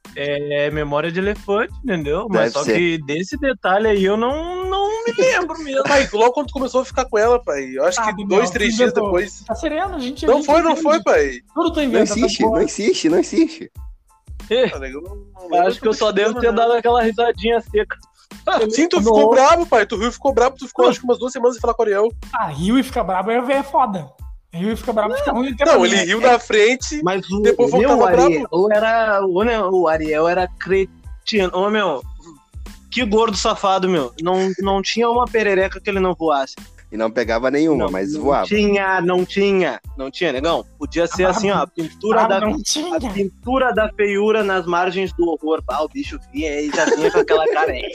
é memória de elefante, entendeu? Mas Deve só ser. que desse detalhe aí eu não, não me lembro mesmo. Pai, logo quando tu começou a ficar com ela, pai. Eu acho Ah, que Daniel, dois, tu três dias inventou. depois. Tá sereno, a gente. a Não gente foi, não entende. foi, pai. Tudo tu Não inventa. existe, tá não bom. existe, não existe. Ah, nego, não- não lembro Acho que eu só tudo devo isso, ter né? dado aquela risadinha seca. Sim, tu Não. ficou bravo, pai. Tu riu e ficou bravo, tu ficou acho que umas duas semanas sem falar com o Ariel. Ah, rio e fica brabo é, é foda. Rio e fica brabo fica ruim. Não, ele riu na frente. Mas o, Depois o meu voltava Ariel era. O, né, o Ariel era cretino. Ô, meu. Que gordo safado, meu. Não, não tinha uma perereca que ele não voasse. E não pegava nenhuma, Não, mas não voava. tinha, não tinha. Não tinha, negão. Podia ser Ah, assim, ó. A pintura, Ah, da, não tinha. a pintura da feiura nas margens do horror. Ah, o bicho vinha e já vinha com aquela cara. Ele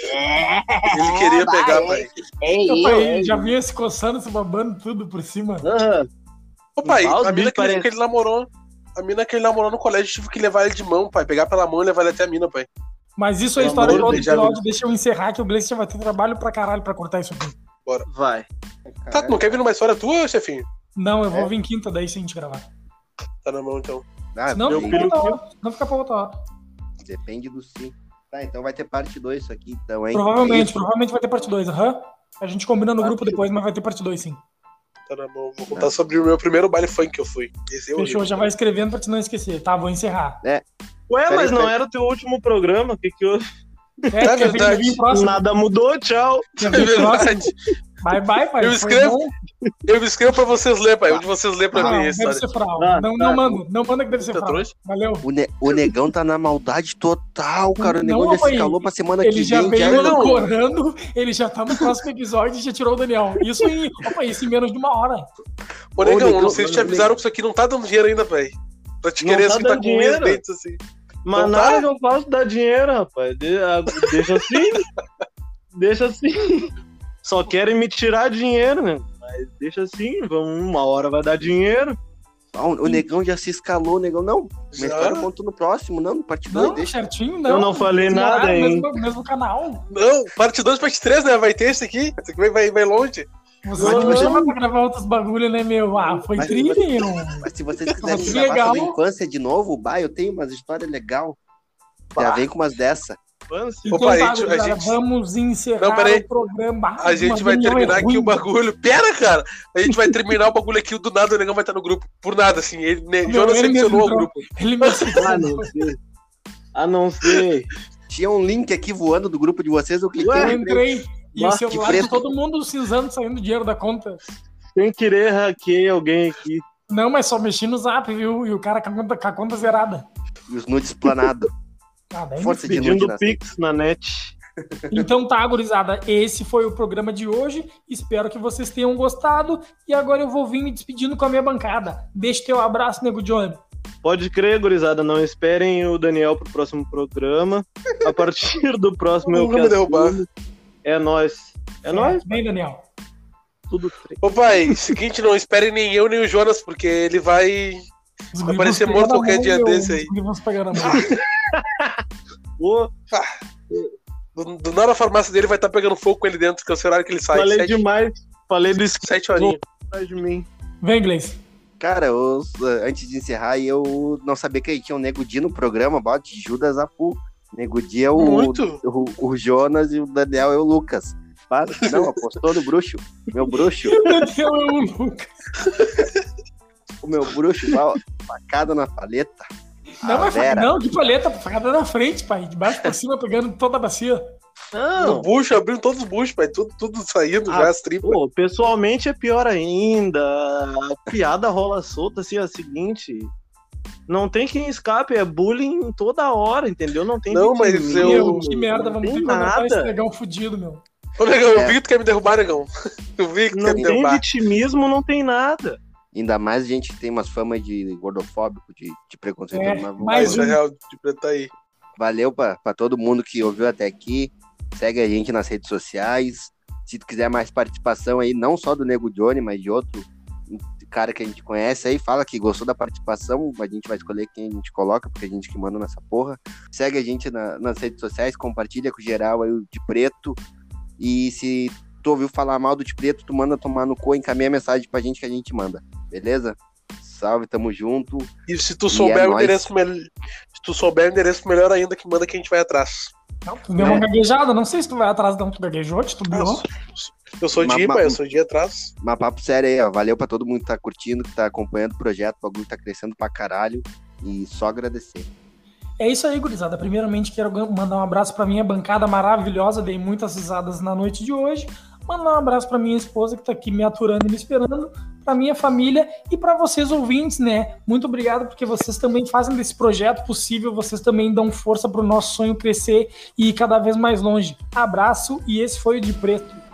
queria pegar, pai. É, Meu é, pai é, já vinha se coçando, se babando tudo por cima. ah, Ô, pai, Ah, os a mina bichos que, ele- parecem- que ele namorou. A mina que ele namorou no colégio, tive que levar ele de mão, pai. Pegar pela mão e levar ele até a mina, pai. Mas isso é a Pelo história amor do outro de Deus. episódio. Deixa eu encerrar que o Gleice já vai ter trabalho pra caralho pra cortar isso aqui. vai. Tá, tu não quer vir numa história tua, chefinho? Não, eu vou É. vir quinta daí se a gente gravar. Tá na mão, então. Ah, Senão meu fica depende, pra outra hora. Não fica pra outra hora. depende do sim. Tá, então vai ter parte dois isso aqui, então, hein? Provavelmente, É isso? provavelmente vai ter parte dois, aham. A gente combina no grupo depois, mas vai ter parte dois sim. Tá na mão. Vou contar sobre o meu primeiro baile funk que eu fui. Esse é o Fechou, já vai escrevendo pra te não esquecer. Tá, vou encerrar. Ué, Peraí, mas não peraí. era o teu último programa? O que que eu... É, quer vir, verdade. quer vir próximo? Nada mudou, tchau. Quer É vir próximo? verdade. Vai, vai, pai. Eu Foi escrevo. bom. Eu me escrevo pra vocês lerem, pai. Onde vocês lerem pra Não, mim a deve história. ser fraude. Ah, não, tá. não manda, não manda que deve ser Tá fraude. trouxa? Valeu. O, ne- o negão tá na maldade total, cara. O Não, negão já pai, se calou pra semana que Ele já vem. veio já- elaborando, ele já tá no próximo episódio e já tirou o Daniel. Isso em, opa, isso em menos de uma hora. Ô, negão, negão, não sei se te avisaram que isso aqui não tá dando dinheiro ainda, pai. Pra te Não querer tá assim, tá dando com unhas dinheiro. dentes assim. Mas Não nada tá? que eu faço dá dinheiro, rapaz. De- a- deixa assim. Deixa assim. Só querem me tirar dinheiro, né? Mas deixa assim, vamos, uma hora vai dar dinheiro. Ah, o, o negão já se escalou, o negão. Não, minha Já? história eu conto no próximo, não, no parte dois, Não, deixa. certinho, não. Eu não falei Mesmo nada, horário, hein? Mesmo, mesmo canal. Não, parte dois, parte três, né? Vai ter esse aqui. Esse aqui vai, vai, vai longe. Você Mas não me você- chama pra gravar outros bagulho, né, meu? Ah, foi Mas trilho. Mas se vocês quiserem Que gravar legal. sobre a infância de novo, bah, eu tenho umas histórias legais. Já Bah. vem com umas dessa. Vamos. Então Opa, tá, a gente- a gurizada, gente- vamos encerrar Não, peraí. o programa. A gente Mas vai Daniel é terminar aqui ruim. o bagulho. Pera, cara! A gente vai terminar o bagulho aqui, do nada o negão vai estar no grupo. Por nada, assim. Ele, ne, Meu, Jonas ele mesmo selecionou o entrou. grupo. Ele me Ah, não sei. Ah, não sei. Tinha um link aqui voando do grupo de vocês, eu cliquei. Eu e entrei. entrei e Bah, o que celular preto. de todo mundo cinzando, saindo dinheiro da conta. Sem querer, hackei alguém aqui. Não, mas só mexi no zap, viu? E o cara com a conta, com a conta zerada. E os nudes planados. Ah, daí Força de nude Pedindo na pix na net. Então tá, gurizada, esse foi o programa de hoje. Espero que vocês tenham gostado. E agora eu vou vir me despedindo com a minha bancada. Deixa teu abraço, Nego Johnny. Pode crer, gurizada, não esperem o Daniel pro próximo programa. A partir do próximo eu Não vamos quero. derrubar. É nóis. É nóis? Vem, Daniel. Tudo três. Ô, pai, seguinte, não esperem nem eu nem o Jonas, porque ele vai. Os Vai guris parecer vão morto pegar na qualquer mão, dia meu. desse aí. Os guris vão se pegar na mão. Pô, Do, do nada a farmácia dele vai estar pegando fogo com ele dentro, que é o horário que ele sai. falei Sete, demais. Falei do sete horinhas. atrás de mim. Vem, Gleice. Cara, eu, antes de encerrar, eu não sabia que tinha um Nego Di no programa, bote Judas Apu. Nego Di é o, Muito. o, o Jonas e o Daniel é o Lucas. Mas, não, apostou no bruxo. Meu bruxo. O Daniel é o Lucas. O meu bruxo, ó, facada na paleta. Não, A mas Vera. não, de palheta, facada na frente, pai. De baixo pra cima, pegando toda a bacia. Não. O bucho, abriu todos os buchos, pai. Tudo, tudo saindo Ah, já, as tripas. Pô, pessoalmente é pior ainda. A piada rola solta, assim, é a seguinte. Não tem quem escape, é bullying toda hora, entendeu? Não tem Não, mas vitimismo, eu- Meu, que merda, não vamos tem ter que contratar esse nada. negão fudido, meu. Ô, negão, eu É. vi que tu quer me derrubar, negão. Eu vi que tu Não quer me tem derrubar. vitimismo, não tem nada. Ainda mais a gente que tem umas famas de gordofóbico, de, de preconceito. É, mas vamos Ah, mais isso é um. real, de preto aí. Valeu pra, pra todo mundo que ouviu até aqui. Segue a gente nas redes sociais. Se tu quiser mais participação aí, não só do Nego Johnny, mas de outro cara que a gente conhece aí, fala que gostou da participação, a gente vai escolher quem a gente coloca, porque a gente que manda nessa porra. Segue a gente na, nas redes sociais, compartilha com geral aí o de preto. E se tu ouviu falar mal do de preto, tu manda tomar no cu, encaminha a mensagem pra gente que a gente manda. Beleza? Salve, tamo junto. E se tu souber é o nóis. endereço melhor. Se tu souber o endereço melhor ainda, que manda que a gente vai atrás. Não, tu deu uma gaguejada, não sei se tu vai atrás, não, tu gaguejou, tu deu. Eu sou Ma- de ma- pai, eu sou de atrás. Mas papo sério aí, ó. Valeu pra todo mundo que tá curtindo, que tá acompanhando o projeto. O bagulho tá crescendo pra caralho. E só agradecer. É isso aí, gurizada. Primeiramente, quero mandar um abraço pra minha bancada maravilhosa. Dei muitas risadas na noite de hoje. Mandar um abraço pra minha esposa que tá aqui me aturando e me esperando. Pra minha família e pra vocês ouvintes, né? Muito obrigado porque vocês também fazem desse projeto possível. Vocês também dão força pro nosso sonho crescer e ir cada vez mais longe. Abraço e esse foi o De Preto.